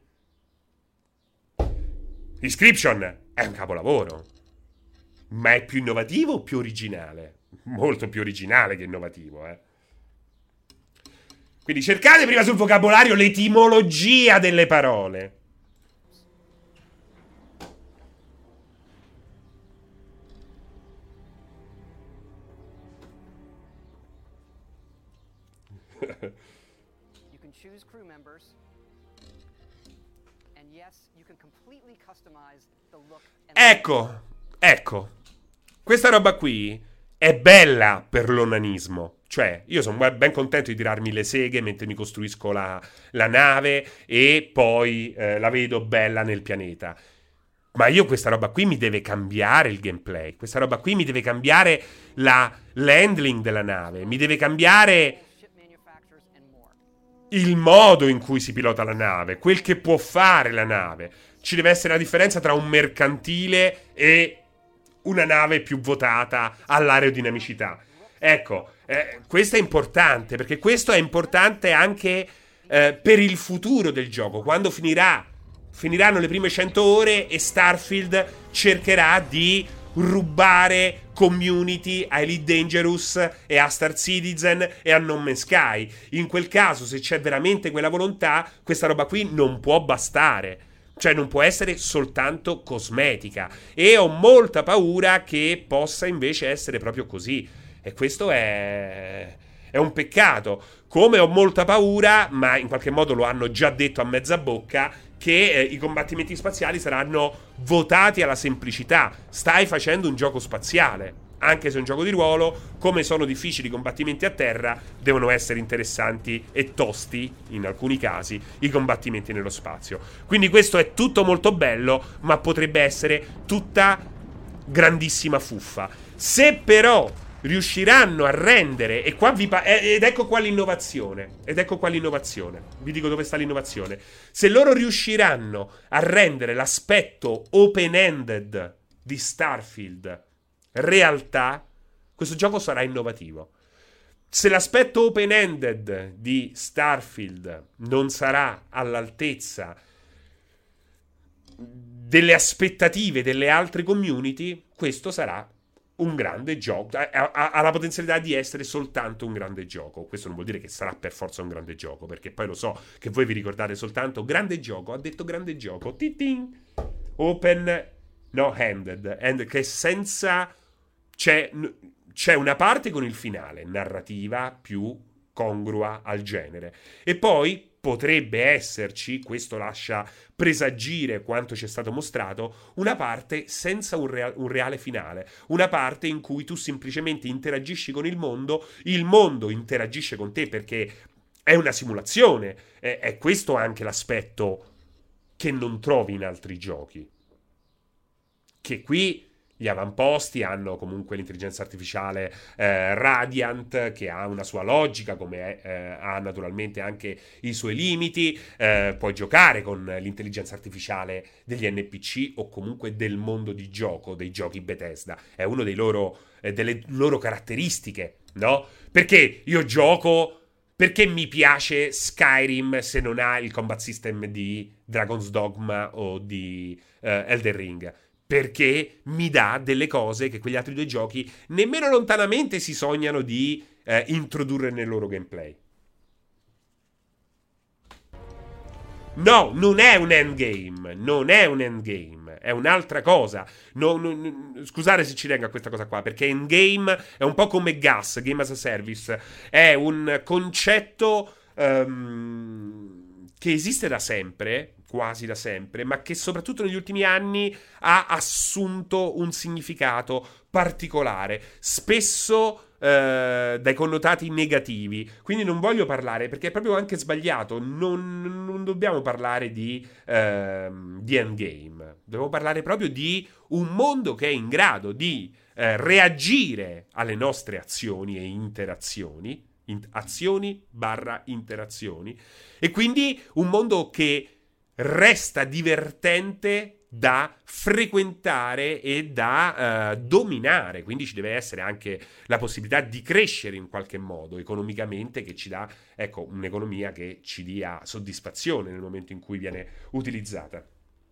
Inscription è un capolavoro, ma è più innovativo o più originale? Molto più originale che innovativo, Quindi cercate prima sul vocabolario l'etimologia delle parole. You can choose crew members, and yes, you can completely customize the look and Ecco. Questa roba qui è bella per l'onanismo. Cioè, io sono ben contento di tirarmi le seghe mentre mi costruisco la nave e poi la vedo bella nel pianeta. Ma io questa roba qui mi deve cambiare il gameplay. Questa roba qui mi deve cambiare l'handling della nave. Mi deve cambiare il modo in cui si pilota la nave, quel che può fare la nave. Ci deve essere la differenza tra un mercantile e una nave più votata all'aerodinamicità. Ecco, questo è importante, perché questo è importante anche per il futuro del gioco, quando finiranno le prime 100 ore e Starfield cercherà di rubare community a Elite Dangerous e a Star Citizen e a No Man's Sky. In quel caso, se c'è veramente quella volontà, questa roba qui non può bastare. Cioè non può essere soltanto cosmetica. E ho molta paura che possa invece essere proprio così. E questo è un peccato. Come ho molta paura, ma in qualche modo lo hanno già detto a mezza bocca, che i combattimenti spaziali saranno votati alla semplicità. Stai facendo un gioco spaziale. Anche se è un gioco di ruolo, come sono difficili i combattimenti a terra, devono essere interessanti e tosti, in alcuni casi, i combattimenti nello spazio. Quindi questo è tutto molto bello, ma potrebbe essere tutta grandissima fuffa. Se però riusciranno a rendere, e qua ed ecco qua l'innovazione, vi dico dove sta l'innovazione. Se loro riusciranno a rendere l'aspetto open-ended di Starfield realtà, questo gioco sarà innovativo. Se l'aspetto open-ended di Starfield non sarà all'altezza delle aspettative delle altre community, questo sarà un grande gioco. Ha la potenzialità di essere soltanto un grande gioco. Questo non vuol dire che sarà per forza un grande gioco, perché poi lo so che voi vi ricordate soltanto grande gioco, ha detto grande gioco, titin, open no handed, che senza c'è una parte con il finale narrativa più congrua al genere, e poi potrebbe esserci, questo lascia presagire quanto ci è stato mostrato, una parte senza un reale finale, una parte in cui tu semplicemente interagisci con il mondo interagisce con te, perché è una simulazione. È questo anche l'aspetto che non trovi in altri giochi, che qui gli avamposti hanno comunque l'intelligenza artificiale Radiant, che ha una sua logica, come ha naturalmente anche i suoi limiti. Puoi giocare con l'intelligenza artificiale degli NPC o comunque del mondo di gioco, dei giochi Bethesda. È una delle loro caratteristiche, no? Perché io gioco... Perché mi piace Skyrim se non ha il combat system di Dragon's Dogma o di Elden Ring? Perché mi dà delle cose che quegli altri due giochi nemmeno lontanamente si sognano di introdurre nel loro gameplay. No, non è un endgame, è un'altra cosa. Scusate se ci tengo a questa cosa qua, perché endgame è un po' come GAS, Game as a Service, è un concetto che esiste da sempre, quasi da sempre, ma che soprattutto negli ultimi anni ha assunto un significato particolare, spesso dai connotati negativi. Quindi non voglio parlare, perché è proprio anche sbagliato, non dobbiamo parlare di endgame, dobbiamo parlare proprio di un mondo che è in grado di reagire alle nostre azioni e interazioni, azioni/interazioni, e quindi un mondo che resta divertente da frequentare e da dominare. Quindi ci deve essere anche la possibilità di crescere in qualche modo economicamente, che ci dà, ecco, un'economia che ci dia soddisfazione nel momento in cui viene utilizzata.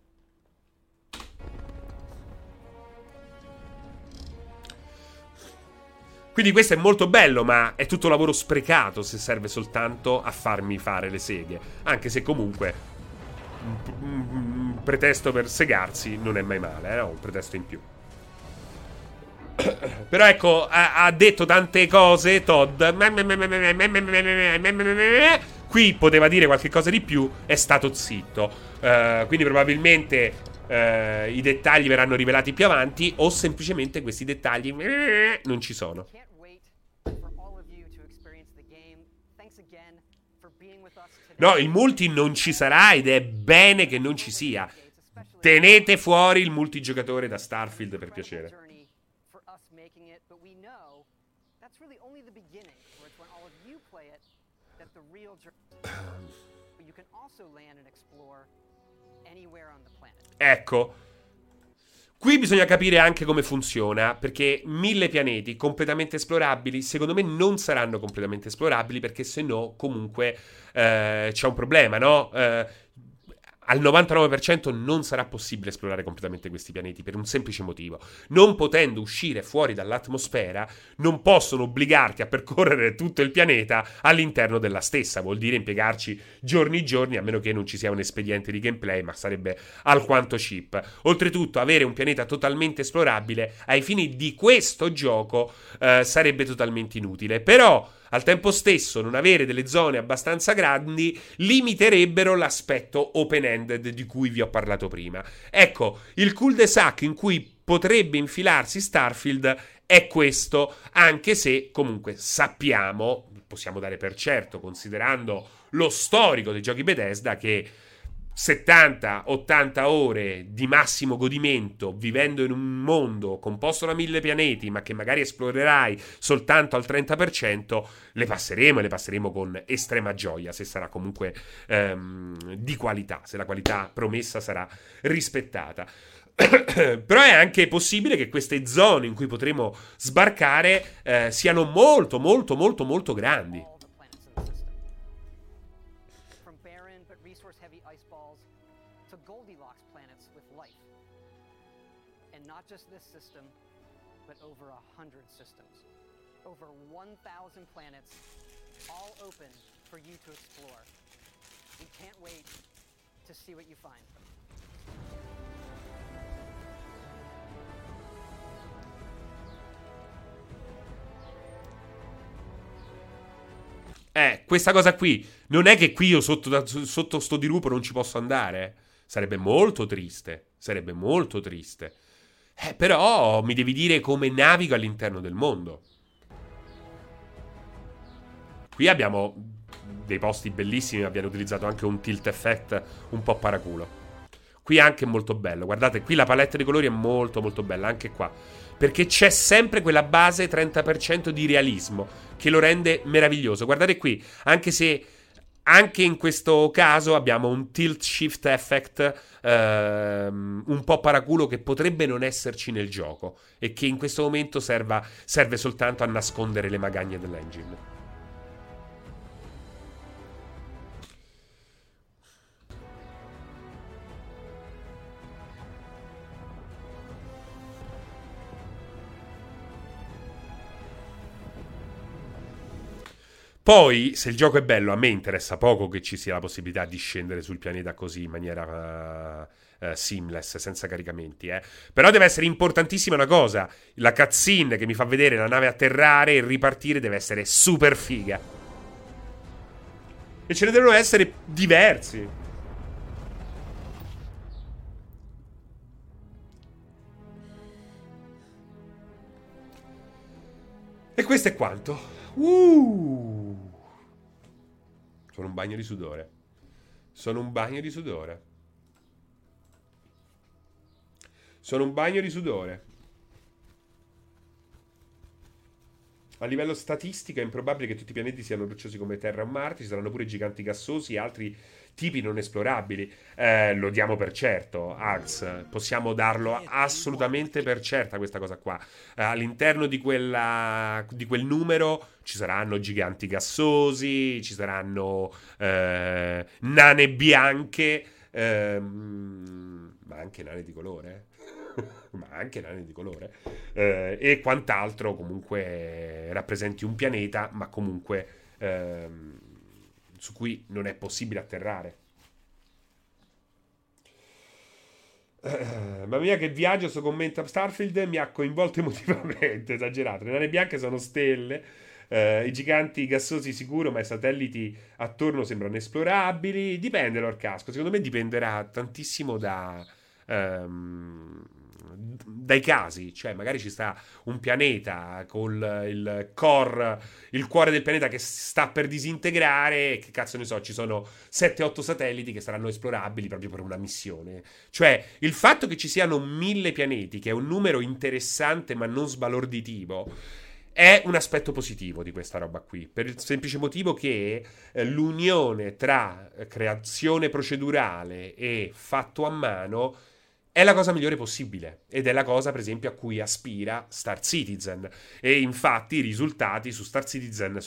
Quindi questo è molto bello, ma è tutto lavoro sprecato se serve soltanto a farmi fare le seghe. Anche se comunque un pretesto per segarsi non è mai male, un pretesto in più. Però ecco, ha detto tante cose Todd. Qui poteva dire qualche cosa di più, è stato zitto. Quindi probabilmente i dettagli verranno rivelati più avanti, o semplicemente questi dettagli non ci sono. No, il multi non ci sarà, ed è bene che non ci sia. Tenete fuori il multigiocatore da Starfield, per piacere. Ecco, Qui bisogna capire anche come funziona, perché 1000 pianeti completamente esplorabili, secondo me non saranno completamente esplorabili, perché se no comunque c'è un problema, no? Al 99% non sarà possibile esplorare completamente questi pianeti per un semplice motivo. Non potendo uscire fuori dall'atmosfera, non possono obbligarti a percorrere tutto il pianeta all'interno della stessa. Vuol dire impiegarci giorni, a meno che non ci sia un espediente di gameplay, ma sarebbe alquanto cheap. Oltretutto, avere un pianeta totalmente esplorabile ai fini di questo gioco sarebbe totalmente inutile. Però al tempo stesso, non avere delle zone abbastanza grandi limiterebbero l'aspetto open-ended di cui vi ho parlato prima. Ecco, il cul-de-sac in cui potrebbe infilarsi Starfield è questo, anche se comunque sappiamo, possiamo dare per certo, considerando lo storico dei giochi Bethesda, che 70-80 ore di massimo godimento vivendo in un mondo composto da 1000 pianeti, ma che magari esplorerai soltanto al 30%, le passeremo con estrema gioia, se sarà comunque di qualità, se la qualità promessa sarà rispettata. Però è anche possibile che queste zone in cui potremo sbarcare siano molto grandi. Not just this system, but over 100 systems. Over 1,000 planets, all open for you to explore. We can't wait to see what you find. Questa cosa qui, non è che qui io sotto sto dirupo non ci posso andare. Sarebbe molto triste. Però mi devi dire come navigo all'interno del mondo. Qui abbiamo dei posti bellissimi, abbiamo utilizzato anche un tilt effect un po' paraculo. Qui anche è molto bello, guardate, qui la palette dei colori è molto bella, anche qua. Perché c'è sempre quella base 30% di realismo che lo rende meraviglioso. Guardate qui, anche in questo caso abbiamo un tilt shift effect un po' paraculo che potrebbe non esserci nel gioco e che in questo momento serve soltanto a nascondere le magagne dell'engine. Poi, se il gioco è bello, a me interessa poco che ci sia la possibilità di scendere sul pianeta così in maniera seamless, senza caricamenti. Però deve essere importantissima una cosa: la cutscene che mi fa vedere la nave atterrare e ripartire deve essere super figa. E ce ne devono essere diversi. E questo è quanto. Sono un bagno di sudore. Sono un bagno di sudore. A livello statistico è improbabile che tutti i pianeti siano rocciosi come Terra o Marte. Ci saranno pure giganti gassosi e altri tipi non esplorabili. Lo diamo per certo, Ags. Possiamo darlo assolutamente per certa questa cosa qua. All'interno di quel numero ci saranno giganti gassosi, ci saranno nane bianche, ma anche nane di colore. E quant'altro comunque rappresenti un pianeta, ma comunque su cui non è possibile atterrare. Mamma mia che viaggio, sto commento Starfield mi ha coinvolto emotivamente, esagerato. Le nane bianche sono stelle, i giganti gassosi sicuro, ma i satelliti attorno sembrano esplorabili. Dipende, Lord Casco, secondo me dipenderà tantissimo dai casi, cioè magari ci sta un pianeta con il cuore del pianeta che sta per disintegrare, che cazzo ne so, ci sono 7-8 satelliti che saranno esplorabili proprio per una missione. Cioè il fatto che ci siano 1000 pianeti, che è un numero interessante ma non sbalorditivo, è un aspetto positivo di questa roba qui, per il semplice motivo che l'unione tra creazione procedurale e fatto a mano è la cosa migliore possibile ed è la cosa, per esempio, a cui aspira Star Citizen. E infatti i risultati su Star Citizen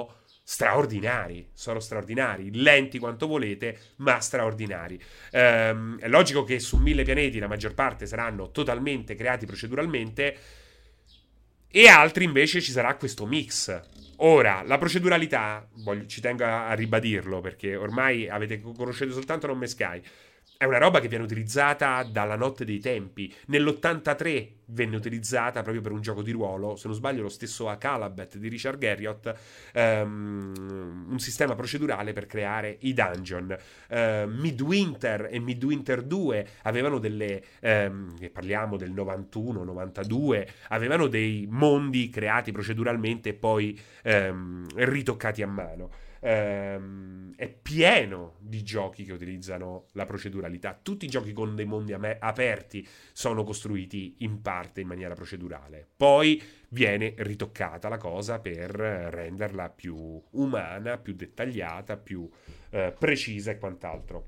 sono straordinari, lenti quanto volete, ma straordinari. È logico che su 1000 pianeti la maggior parte saranno totalmente creati proceduralmente e altri invece ci sarà questo mix. Ora, la proceduralità, ci tengo a ribadirlo perché ormai conoscete soltanto Nome Sky. È una roba che viene utilizzata dalla notte dei tempi. Nell'83 venne utilizzata proprio per un gioco di ruolo, se non sbaglio lo stesso a Calabet di Richard Garriott, un sistema procedurale per creare i dungeon. Midwinter e Midwinter 2 avevano parliamo del 91-92, avevano dei mondi creati proceduralmente e poi ritoccati a mano. È pieno di giochi che utilizzano la proceduralità. Tutti i giochi con dei mondi aperti sono costruiti in parte in maniera procedurale. Poi viene ritoccata la cosa per renderla più umana, più dettagliata, più precisa e quant'altro.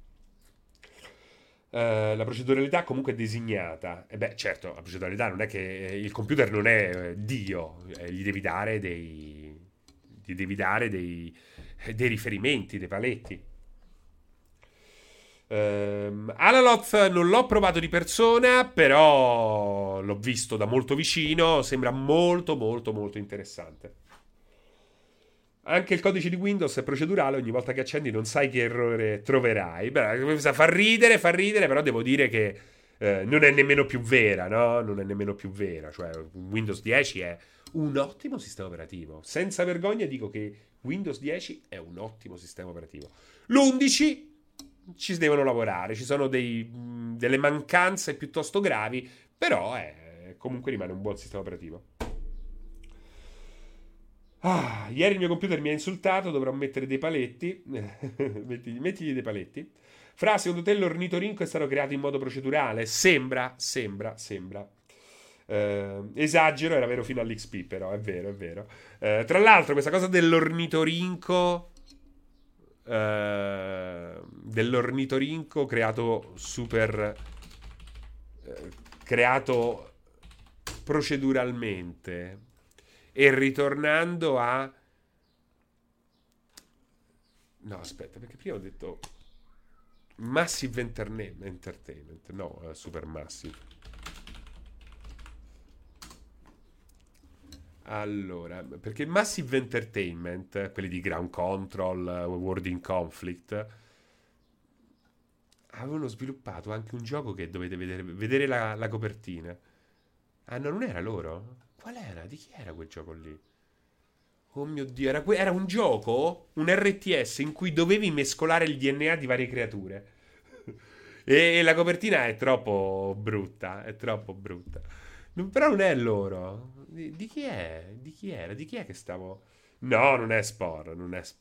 La proceduralità comunque è designata. E beh, certo, la proceduralità non è che il computer non è Dio, gli devi dare dei riferimenti, dei paletti. Alaloth non l'ho provato di persona, però l'ho visto da molto vicino, sembra molto molto molto interessante. Anche il codice di Windows è procedurale, ogni volta che accendi non sai che errore troverai. Beh, fa ridere, però devo dire che non è nemmeno più vera, no? Non è nemmeno più vera, cioè Windows 10 è un ottimo sistema operativo. Senza vergogna dico che Windows 10 è un ottimo sistema operativo. L'11 ci devono lavorare, ci sono delle mancanze piuttosto gravi, però comunque rimane un buon sistema operativo. Ieri il mio computer mi ha insultato, dovrò mettere dei paletti. Mettigli dei paletti. Fra, secondo te l'ornitorinco è stato creato in modo procedurale? Sembra. Esagero, era vero fino all'XP, però è vero. Tra l'altro, questa cosa dell'ornitorinco creato creato proceduralmente e ritornando a... No, aspetta, perché prima ho detto Massive Entertainment, no, Supermassive. Allora, perché Massive Entertainment, quelli di Ground Control, World in Conflict, avevano sviluppato anche un gioco che dovete vedere la copertina. Ah, no, non era loro? Qual era? Di chi era quel gioco lì? Oh mio Dio, era un gioco, un RTS in cui dovevi mescolare il DNA di varie creature. E la copertina è troppo brutta, Però non è loro. Di chi è? Di chi era? Di chi è che stavo... No, non è Spore. Non è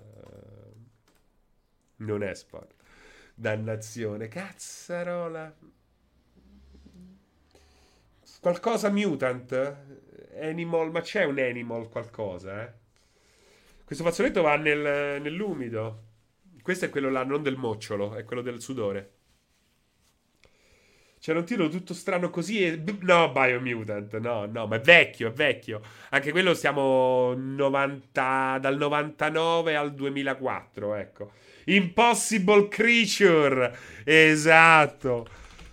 Spore. Dannazione, cazzarola. Qualcosa Mutant? Animal, ma c'è un Animal qualcosa, eh? Questo fazzoletto va nell'umido. Questo è quello là, non del mocciolo, è quello del sudore. C'era un titolo tutto strano così e... No, Biomutant, no, ma è vecchio. Anche quello siamo dal 99 al 2004, ecco. Impossible Creature, esatto.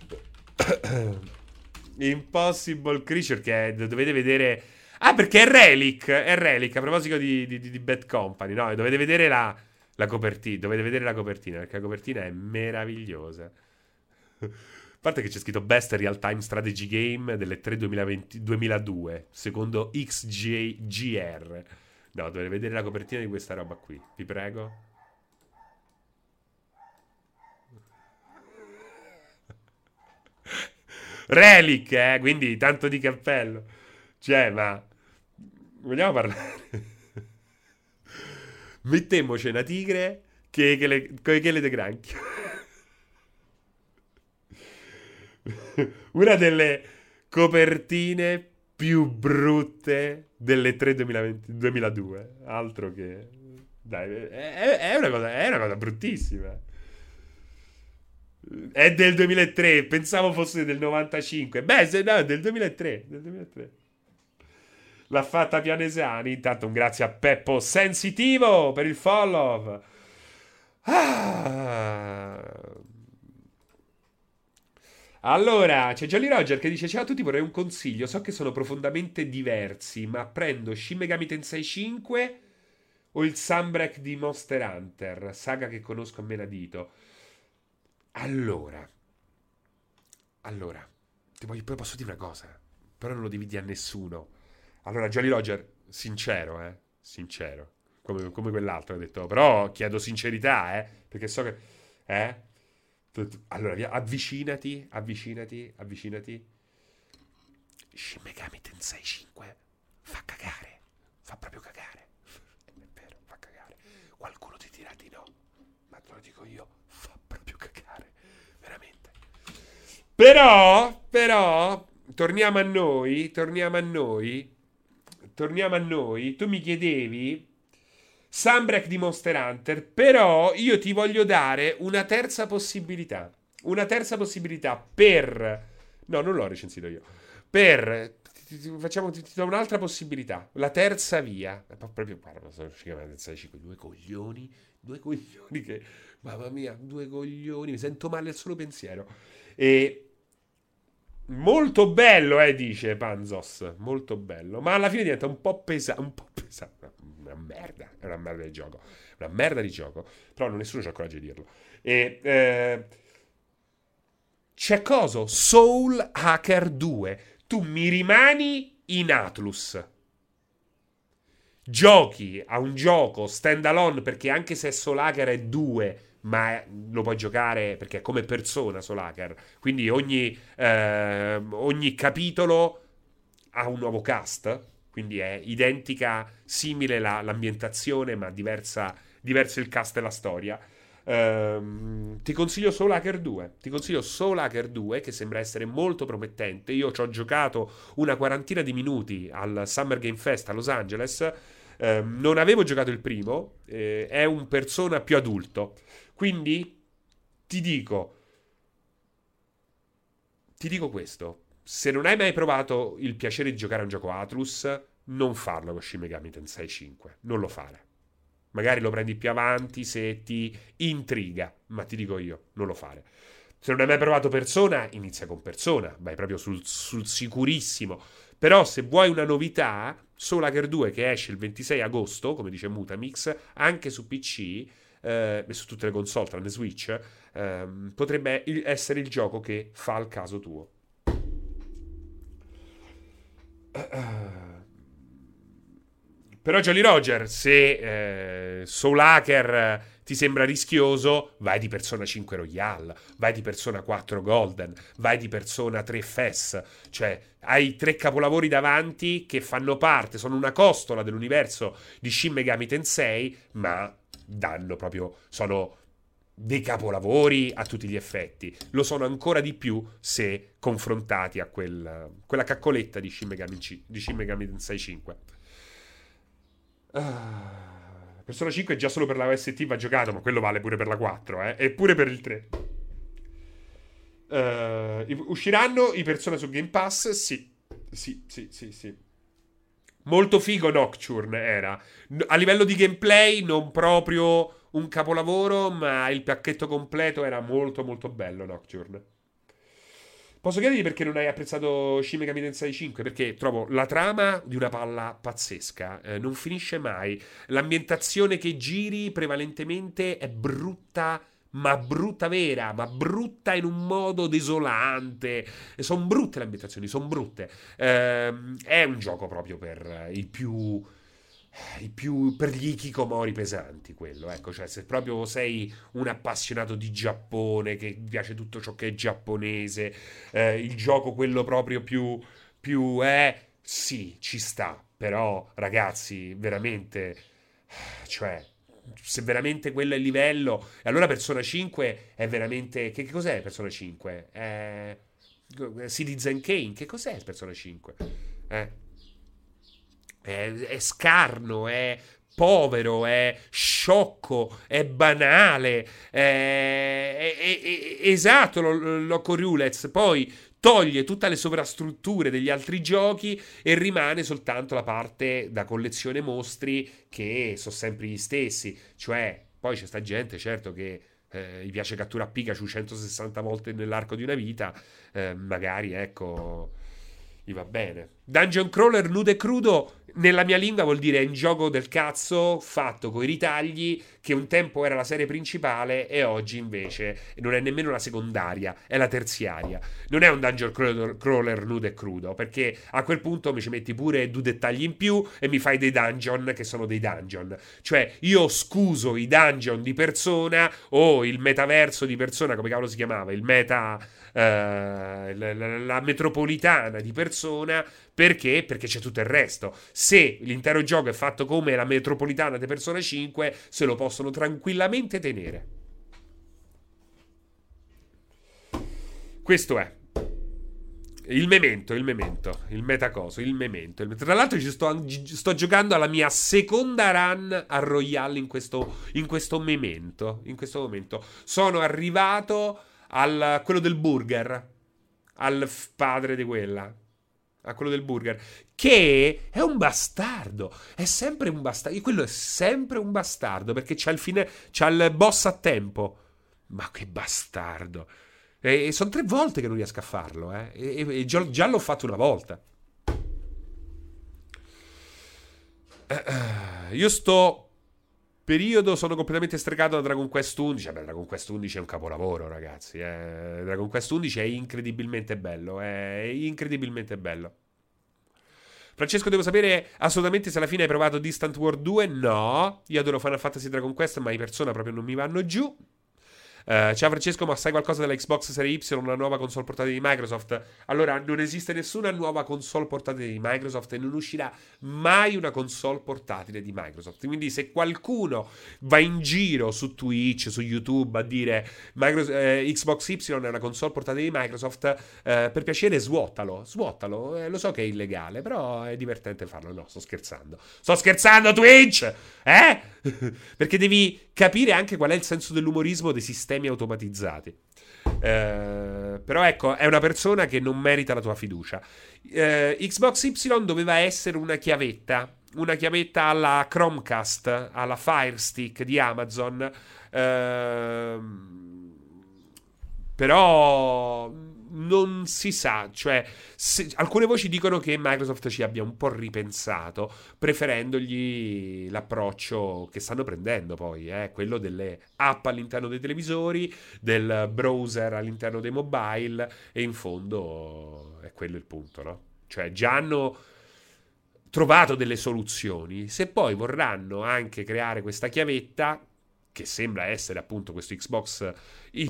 Impossible Creature che dovete vedere... Ah, perché è Relic, a proposito di Bad Company, no? Dovete vedere la copertina, perché la copertina è meravigliosa. A parte che c'è scritto Best Real Time Strategy Game delle 3 2002, secondo XGR. No, dovete vedere la copertina di questa roba qui, vi prego. Relic, quindi tanto di cappello. Cioè, ma... Vogliamo parlare? Mettemmoci una tigre che le de granchio. Una delle copertine più brutte delle 3 2002. Altro che... Dai, è una cosa bruttissima. È del 2003, pensavo fosse del 95. Beh, se no, è del 2003, del 2003. L'ha fatta Pianesani. Intanto un grazie a Peppo Sensitivo per il follow. Ah. Allora, c'è Jolly Roger che dice: ciao a tutti, vorrei un consiglio. So che sono profondamente diversi, ma prendo Shin Megami Tensei 5 o il Sunbreak di Monster Hunter, saga che conosco a menadito. Allora, allora, posso dire una cosa, però non lo devi dire a nessuno. Allora, Jolly Roger, sincero, sincero, come quell'altro ha detto, però chiedo sincerità, perché so che, eh? Allora, avvicinati, avvicinati, avvicinati. Shin Megami Tensei 5 fa cagare, fa proprio cagare. È vero, fa cagare. Qualcuno ti dirà di no, ma te lo dico io, fa proprio cagare, veramente. Però, torniamo a noi, tu mi chiedevi Sunbreak di Monster Hunter, però io ti voglio dare una terza possibilità. Una terza possibilità per... No, non l'ho recensito io. Per... ti do un'altra possibilità. La terza via. Proprio, guarda, sono due coglioni che... Mamma mia, due coglioni. Mi sento male al solo pensiero. E... Molto bello, dice Panzos. Molto bello. Ma alla fine diventa un po' pesante. Una merda. È una merda di gioco. Una merda di gioco. Però nessuno c'ha il coraggio di dirlo. E c'è coso? Soul Hacker 2. Tu mi rimani in Atlus. Giochi a un gioco stand alone, perché anche se Soul Hacker è 2, ma lo puoi giocare perché è come Persona Soul Hacker, quindi ogni capitolo ha un nuovo cast, quindi è identica, simile l'ambientazione, ma diverso il cast e la storia. Ti consiglio Soul Hacker 2. Ti consiglio Soul Hacker 2, che sembra essere molto promettente. Io ci ho giocato una quarantina di minuti al Summer Game Fest a Los Angeles. Non avevo giocato il primo. È un Persona più adulto. Quindi ti dico questo: se non hai mai provato il piacere di giocare a un gioco Atlus, non farlo con Shin Megami Tensei 5. Non lo fare. Magari lo prendi più avanti se ti intriga, ma ti dico io, non lo fare. Se non hai mai provato Persona, inizia con Persona, vai proprio sul sicurissimo. Però se vuoi una novità, Soul Hacker 2, che esce il 26 agosto, come dice Mutamix, anche su PC e su tutte le console tranne Switch, potrebbe essere il gioco che fa al caso tuo. Però Jolly Roger, se Soul Hacker ti sembra rischioso, vai di Persona 5 Royal, vai di Persona 4 Golden, vai di Persona 3 FES. Cioè, hai 3 capolavori davanti che fanno parte, sono una costola dell'universo di Shin Megami Tensei, ma sono dei capolavori a tutti gli effetti. Lo sono ancora di più se confrontati a quella caccoletta di Shin Megami Tensei 5. Persona 5 è già solo per la OST va giocato, ma quello vale pure per la 4, e pure per il 3. Usciranno i Persona su Game Pass? Sì. Molto figo Nocturne era. A livello di gameplay non proprio un capolavoro, ma il pacchetto completo era molto molto bello Nocturne. Posso chiederti perché non hai apprezzato Shin Megami Tensei 5? Perché trovo la trama di una palla pazzesca, non finisce mai. L'ambientazione che giri prevalentemente è brutta, ma brutta vera, ma brutta in un modo desolante. Sono brutte le ambientazioni, sono brutte. È un gioco proprio per i più per gli hikikomori pesanti, quello, ecco. Cioè, se proprio sei un appassionato di Giappone, che ti piace tutto ciò che è giapponese, il gioco quello proprio più sì, ci sta. Però ragazzi, veramente, cioè, se veramente quello è il livello, e allora Persona 5 è veramente... Che cos'è Persona 5? Citizen Kane, che cos'è Persona 5? È scarno, è povero, è sciocco, è banale, esatto, Loco Roulette poi toglie tutte le sovrastrutture degli altri giochi e rimane soltanto la parte da collezione mostri che sono sempre gli stessi, cioè poi c'è sta gente certo che gli piace cattura Pikachu 160 volte nell'arco di una vita, magari ecco gli va bene. Dungeon crawler nudo e crudo nella mia lingua vuol dire un gioco del cazzo fatto coi ritagli che un tempo era la serie principale e oggi invece non è nemmeno la secondaria, è la terziaria. Non è un dungeon crawler nudo e crudo, perché a quel punto mi ci metti pure due dettagli in più e mi fai dei dungeon che sono dei dungeon. Cioè io scuso i dungeon di Persona o il metaverso di Persona, come cavolo si chiamava, il meta la metropolitana di Persona, perché c'è tutto il resto. Se l'intero gioco è fatto come la metropolitana di Persona 5, se lo possono tranquillamente tenere. Questo è il memento, il metacoso, il memento. Tra l'altro sto giocando alla mia seconda run a Royale in questo memento. In questo momento sono arrivato al quello del burger, al padre di quella, a quello del burger, che è un bastardo, è sempre un bastardo, quello è sempre un bastardo, perché c'ha il boss a tempo, ma che bastardo, e sono 3 volte che non riesco a farlo, e già l'ho fatto una volta. Io sto periodo sono completamente stregato da Dragon Quest 11. Vabbè, Dragon Quest 11 è un capolavoro, ragazzi. Dragon Quest 11 è incredibilmente bello. È incredibilmente bello. Francesco, devo sapere assolutamente se alla fine hai provato Distant World 2. No, io adoro Final Fantasy Dragon Quest, ma i Persona proprio non mi vanno giù. Ciao Francesco, ma sai qualcosa della Xbox Series Y, una nuova console portatile di Microsoft? Allora, non esiste nessuna nuova console portatile di Microsoft e non uscirà mai una console portatile di Microsoft. Quindi se qualcuno va in giro su Twitch, su YouTube a dire Xbox Y è una console portatile di Microsoft, per piacere svuotalo. Lo so che è illegale, però è divertente farlo. No, sto scherzando Twitch, perché devi capire anche qual è il senso dell'umorismo dei sistemi automatizzati. Però ecco, è una persona che non merita la tua fiducia. Xbox Y doveva essere una chiavetta alla Chromecast, alla Fire Stick di Amazon, però non si sa, cioè alcune voci dicono che Microsoft ci abbia un po' ripensato, preferendogli l'approccio che stanno prendendo poi, quello delle app all'interno dei televisori, del browser all'interno dei mobile, e in fondo è quello il punto, no? Cioè già hanno trovato delle soluzioni, se poi vorranno anche creare questa chiavetta che sembra essere appunto questo Xbox Y,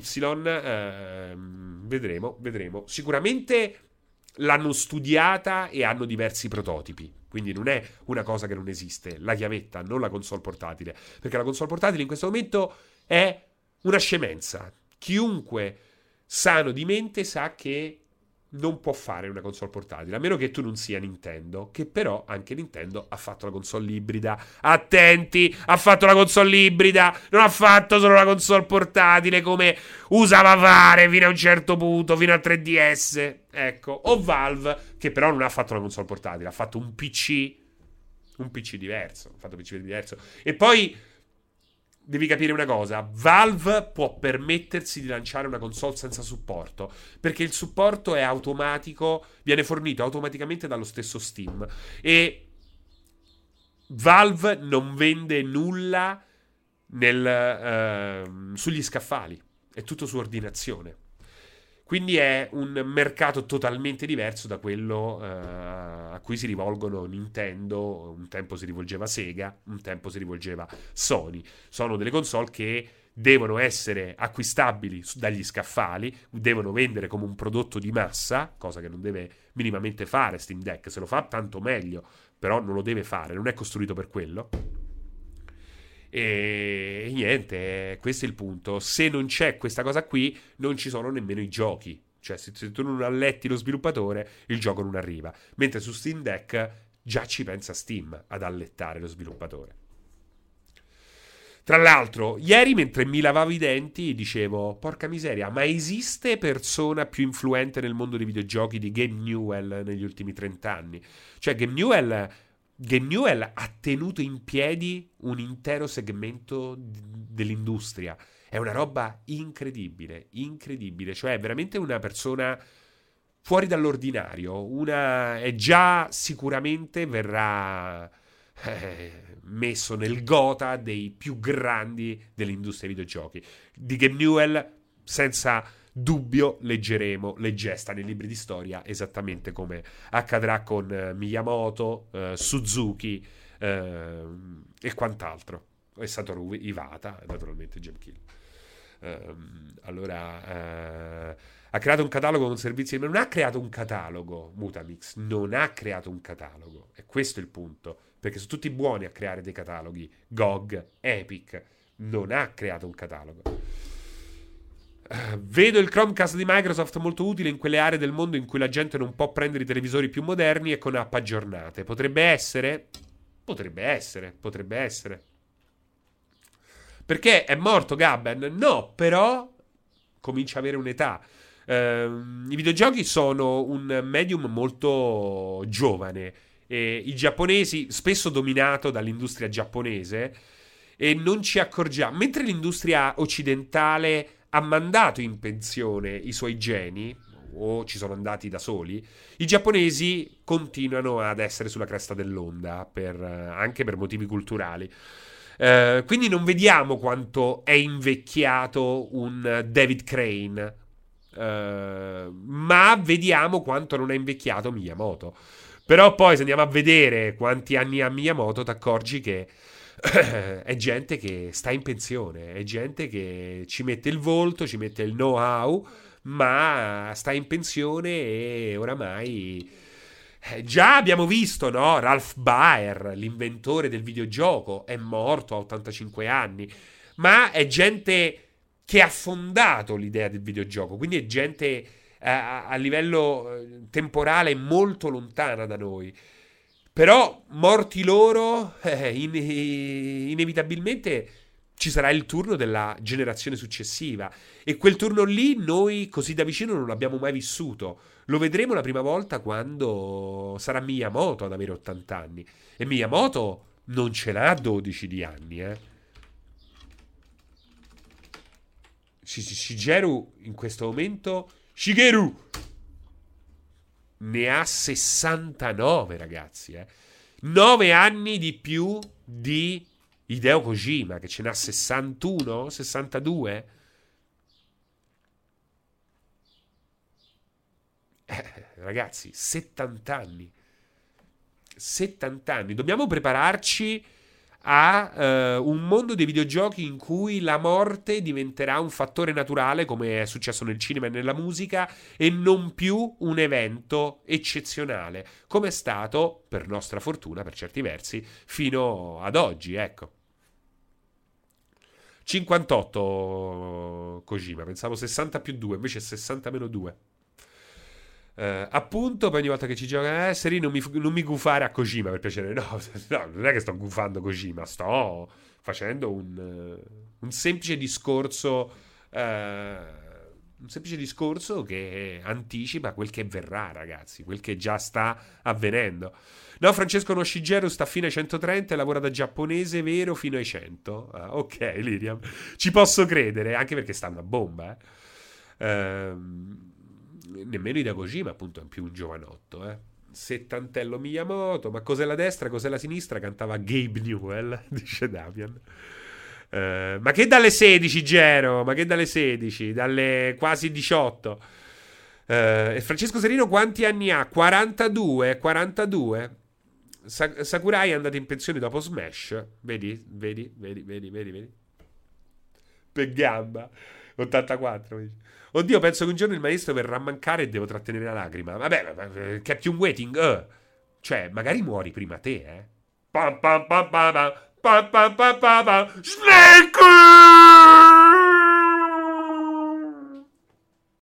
vedremo. Sicuramente l'hanno studiata e hanno diversi prototipi, quindi non è una cosa che non esiste, la chiavetta, non la console portatile, perché la console portatile in questo momento è una scemenza. Chiunque sano di mente sa che non può fare una console portatile, a meno che tu non sia Nintendo, che però anche Nintendo ha fatto la console ibrida. Attenti, ha fatto la console ibrida, non ha fatto solo la console portatile come usava fare fino a un certo punto, fino al 3DS. Ecco, o Valve, che però non ha fatto la console portatile, ha fatto un PC diverso, E poi devi capire una cosa, Valve può permettersi di lanciare una console senza supporto, perché il supporto è automatico, viene fornito automaticamente dallo stesso Steam, e Valve non vende nulla sugli scaffali, è tutto su ordinazione. Quindi è un mercato totalmente diverso da quello a cui si rivolgono Nintendo, un tempo si rivolgeva Sega, un tempo si rivolgeva Sony. Sono delle console che devono essere acquistabili dagli scaffali, devono vendere come un prodotto di massa, cosa che non deve minimamente fare Steam Deck. Se lo fa tanto meglio, però non lo deve fare, non è costruito per quello. E niente, questo è il punto. Se non c'è questa cosa qui, non ci sono nemmeno i giochi. Cioè, se tu non alletti lo sviluppatore, il gioco non arriva. Mentre su Steam Deck già ci pensa Steam ad allettare lo sviluppatore. Tra l'altro, ieri mentre mi lavavo i denti dicevo, porca miseria, ma esiste persona più influente nel mondo dei videogiochi di Gabe Newell negli ultimi 30 anni? Cioè, Gabe Newell ha tenuto in piedi un intero segmento dell'industria. È una roba incredibile, incredibile. Cioè, è veramente una persona fuori dall'ordinario. E già sicuramente verrà messo nel gotha dei più grandi dell'industria dei videogiochi. Di Gabe Newell, senza dubbio, leggeremo le gesta nei libri di storia, esattamente come accadrà con Miyamoto, Suzuki e quant'altro. E Satoru Iwata, naturalmente Geoff Keighley. Ha creato un catalogo con servizi, ma non ha creato un catalogo. Mutamix non ha creato un catalogo, e questo è il punto, perché sono tutti buoni a creare dei cataloghi. GOG, Epic non ha creato un catalogo. Vedo il Chromecast di Microsoft molto utile in quelle aree del mondo in cui la gente non può prendere i televisori più moderni e con app aggiornate. Potrebbe essere. Perché è morto Gaben? No, però comincia ad avere un'età. I videogiochi sono un medium molto giovane e i giapponesi, spesso dominato dall'industria giapponese, e non ci accorgiamo. Mentre l'industria occidentale ha mandato in pensione i suoi geni, o ci sono andati da soli, i giapponesi continuano ad essere sulla cresta dell'onda, anche per motivi culturali. Quindi non vediamo quanto è invecchiato un David Crane, ma vediamo quanto non è invecchiato Miyamoto. Però poi se andiamo a vedere quanti anni ha Miyamoto, ti accorgi che è gente che sta in pensione, è gente che ci mette il volto, ci mette il know-how, ma sta in pensione e oramai già abbiamo visto, no? Ralph Baer, l'inventore del videogioco, è morto a 85 anni, ma è gente che ha fondato l'idea del videogioco, quindi è gente a livello temporale molto lontana da noi. Però morti loro, inevitabilmente ci sarà il turno della generazione successiva, e quel turno lì noi così da vicino non l'abbiamo mai vissuto. Lo vedremo la prima volta quando sarà Miyamoto ad avere 80 anni, e Miyamoto non ce n'ha 12 di anni, Shigeru in questo momento, Shigeru ne ha 69, ragazzi, 9 anni di più di Hideo Kojima, che ce n'ha 61, 62. Ragazzi, 70 anni. 70 anni. Dobbiamo prepararci a un mondo dei videogiochi in cui la morte diventerà un fattore naturale, come è successo nel cinema e nella musica, e non più un evento eccezionale, come è stato, per nostra fortuna, per certi versi, fino ad oggi, ecco. 58 Kojima, pensavo 60 più 2, invece è 60 meno 2. Appunto, poi ogni volta che ci gioca Seri non mi gufare a Kojima, per piacere. No, non è che sto gufando Kojima, sto facendo un semplice discorso, che anticipa quel che verrà, ragazzi, quel che già sta avvenendo. No, Francesco no, Shigeru sta fino ai 130 e lavora da giapponese vero fino ai 100. Ok, Liriam, ci posso credere, anche perché sta una bomba, nemmeno Hideo Kojima, appunto, è più un giovanotto, Settantello Miyamoto, ma cos'è la destra, cos'è la sinistra? Cantava Gabe Newell, dice Damian. Ma che dalle 16, Gero? Ma che dalle 16? Dalle quasi 18. E Francesco Serino quanti anni ha? 42. Sakurai è andato in pensione dopo Smash. Vedi? Per gamba. 84. Oddio, penso che un giorno il maestro verrà a mancare e devo trattenere la lacrima. Vabbè, che è più un waiting. Cioè, magari muori prima te, Snake!